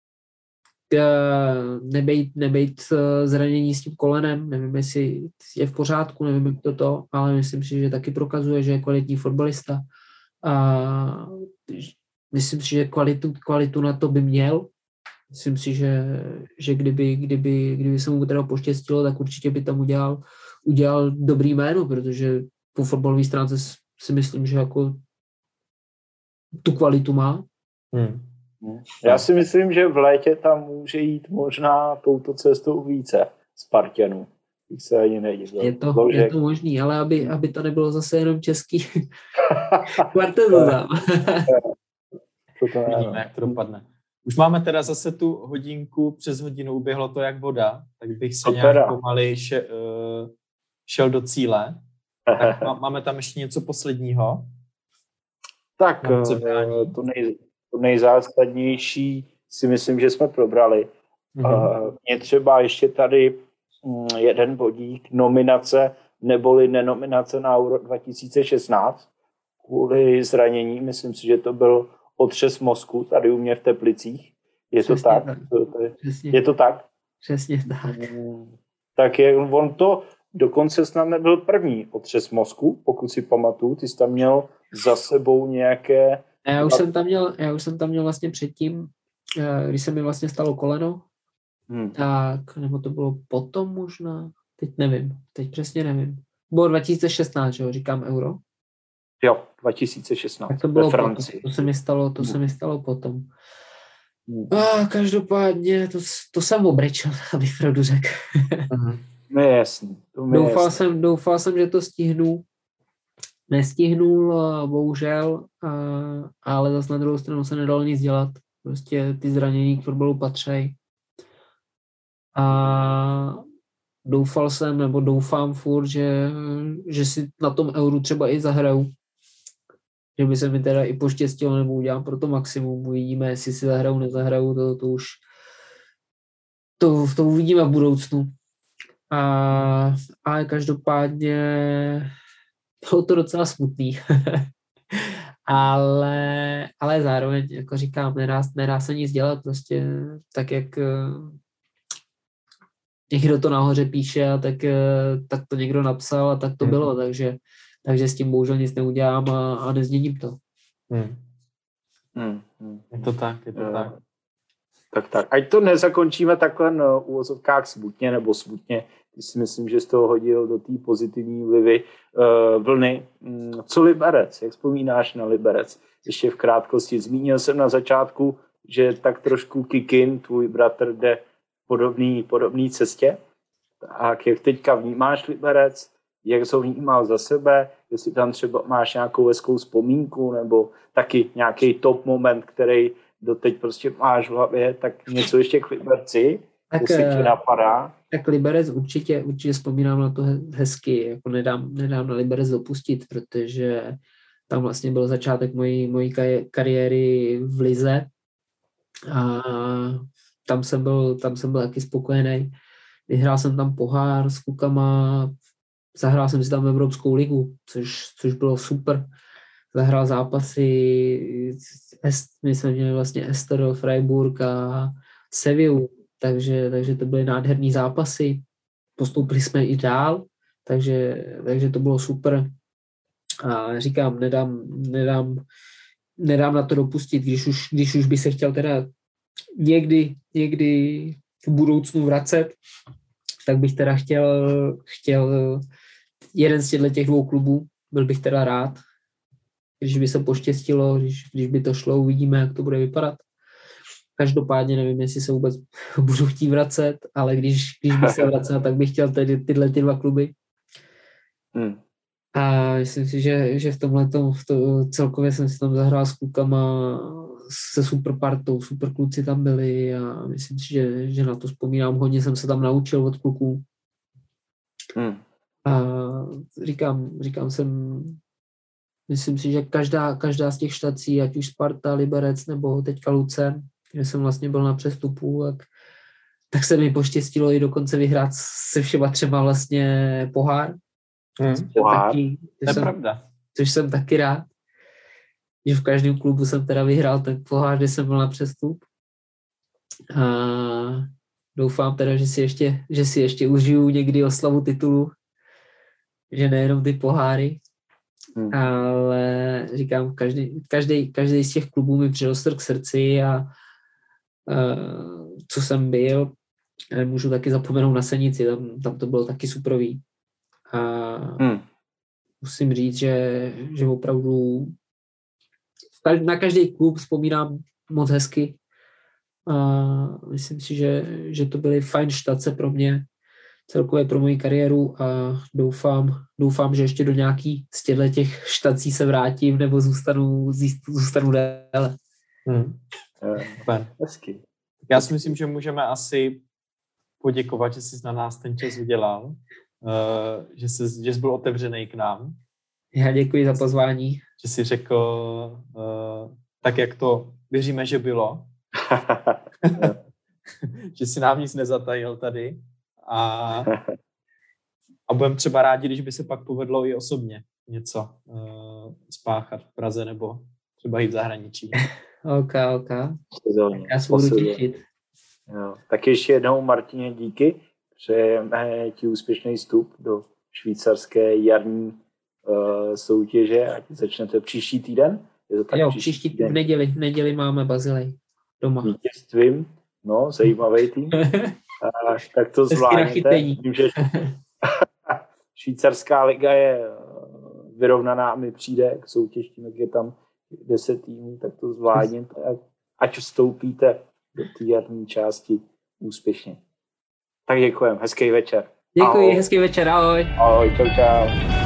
nebejt zranění s tím kolenem, nevím, jestli je v pořádku, nevím, jak to, ale myslím si, že taky prokazuje, že je kvalitní fotbalista. A myslím si, že kvalitu na to by měl. Myslím si, že kdyby se mu teda poštěstilo, tak určitě by tam udělal dobrý jméno, protože po fotbalové stránce si myslím, že jako tu kvalitu má. Já si myslím, že v létě tam může jít možná touto cestou více Spartanů. Se ani nedivil. Je to možný, ale aby to nebylo zase jenom český kvartet. Vidíme, jak to dopadne. Už máme teda zase tu hodinku, přes hodinu uběhlo to jak voda, tak bych se nějak pomaly šel do cíle. Tak máme tam ještě něco posledního? Tak to nejzásadnější si myslím, že jsme probrali. Mě třeba ještě tady jeden bodík, nominace neboli nenominace na Euro 2016 kvůli zranění. Myslím si, že to byl otřes mozku tady u mě v Teplicích. Je to tak? Je to tak? Přesně tak. Tak on to dokonce snad nebyl první otřes mozku, pokud si pamatuju. Ty jsi tam měl za sebou nějaké... Já už jsem tam měl vlastně předtím, když se mi vlastně stalo koleno, tak, nebo to bylo potom možná, teď přesně nevím. Bylo 2016, že jo, říkám Euro. Jo, 2016 tak to bylo ve Francii. To se mi stalo potom. Každopádně to jsem obrečel, abych pravdu řekl. Jasný. Doufal jsem, že to stihnu. Nestihnul, bohužel, ale zase na druhou stranu se nedalo nic dělat. Prostě ty zranění k fotbalu patří. A doufám furt, že si na tom Euru třeba i zahraju. Že by se mi teda i poštěstilo, nebo udělám pro to maximum. Uvidíme, jestli si zahraju, nezahraju, to už to uvidíme v budoucnu. Ale každopádně bylo to docela smutný. ale zároveň, jako říkám, nedá se nic dělat, prostě tak, jak někdo to nahoře píše, tak to někdo napsal a tak to bylo, takže s tím bohužel nic neudělám a nezměním to. Je to tak. Tak. Ať to nezakončíme takhle na uvozovkách smutně. Ty si myslím, že z toho hodil do té pozitivní vlny. Co Liberec? Jak vzpomínáš na Liberec? Ještě v krátkosti. Zmínil jsem na začátku, že tak trošku Kikin, tvůj bratr, jde podobný cestě. Tak jak teďka vnímáš Liberec? Jak jsi ho vnímal za sebe? Jestli tam třeba máš nějakou hezkou vzpomínku nebo taky nějaký top moment, který doteď prostě máš v hlavě, tak něco ještě k Liberci, jestli tě napadá. Tak Liberec určitě vzpomínám na to hezky, jako nedám na Liberec dopustit, protože tam vlastně byl začátek mojí kariéry v lize a tam jsem byl taky spokojený. Vyhrál jsem tam pohár s klukama, zahrál jsem si tam Evropskou ligu, což bylo super. Zahrál zápasy, my jsme měli vlastně Estoril, Freiburg a Sevillu, takže to byly nádherný zápasy. Postoupili jsme i dál, takže to bylo super. A říkám, nedám na to dopustit, když už by se chtěl teda někdy v budoucnu vracet, tak bych teda chtěl jeden z těch 2 klubů, byl bych teda rád, když by se poštěstilo, když by to šlo, uvidíme, jak to bude vypadat. Každopádně nevím, jestli se vůbec budu chtít vracet, ale když bych se vracel, tak bych chtěl tyhle 2 kluby. A myslím si, že v tomhletom celkově jsem si tam zahrál s klukama, se super partou, super kluci tam byli a myslím si, že na to vzpomínám, hodně jsem se tam naučil od kluků. A říkám myslím si, že každá z těch štací, ať už Sparta, Liberec nebo teďka Lucern, kde jsem vlastně byl na přestupu, tak se mi poštěstilo i dokonce vyhrát se všema 3 vlastně pohár. To je pravda. Což jsem taky rád, že v každém klubu jsem teda vyhrál ten pohár, kde jsem byl na přestup. A doufám teda, že si ještě užiju někdy oslavu titulu, že nejenom ty poháry, ale říkám, každý z těch klubů mi přirostl k srdci a co jsem byl, nemůžu taky zapomenout na Senici, tam to bylo taky superový. A musím říct, že opravdu na každý klub vzpomínám moc hezky. A myslím si, že to byly fajn štace pro mě, celkově pro moji kariéru a doufám, že ještě do nějaký z těch štací se vrátím nebo zůstanu déle. Hezky. Já si myslím, že můžeme asi poděkovat, že jsi na nás ten čas udělal, že jsi byl otevřený k nám. Já děkuji za pozvání. Že jsi řekl tak, jak to věříme, že bylo. Že si nám nic nezatajil tady. A budeme třeba rádi, když by se pak povedlo i osobně něco spáchat v Praze nebo třeba i v zahraničí. OK. Já se budu těšit. Jo. Tak ještě jednou, Martině, díky. Přejeme ti úspěšný vstup do švýcarské jarní soutěže, ať začnete příští týden. Je to tak, jo, příští týden. V neděli máme Bazilej doma. Vítězstvím, no, zajímavý tým. Tak to zvládnete. Vím, že švýcarská liga je vyrovnaná, mi přijde k soutěž, tím, jak je tam 10 týmů, tak to zvládněte, ať vstoupíte do té jarní části úspěšně. Tak děkujem, hezký večer. Děkuji, hezký večer, ahoj. Ahoj, čau.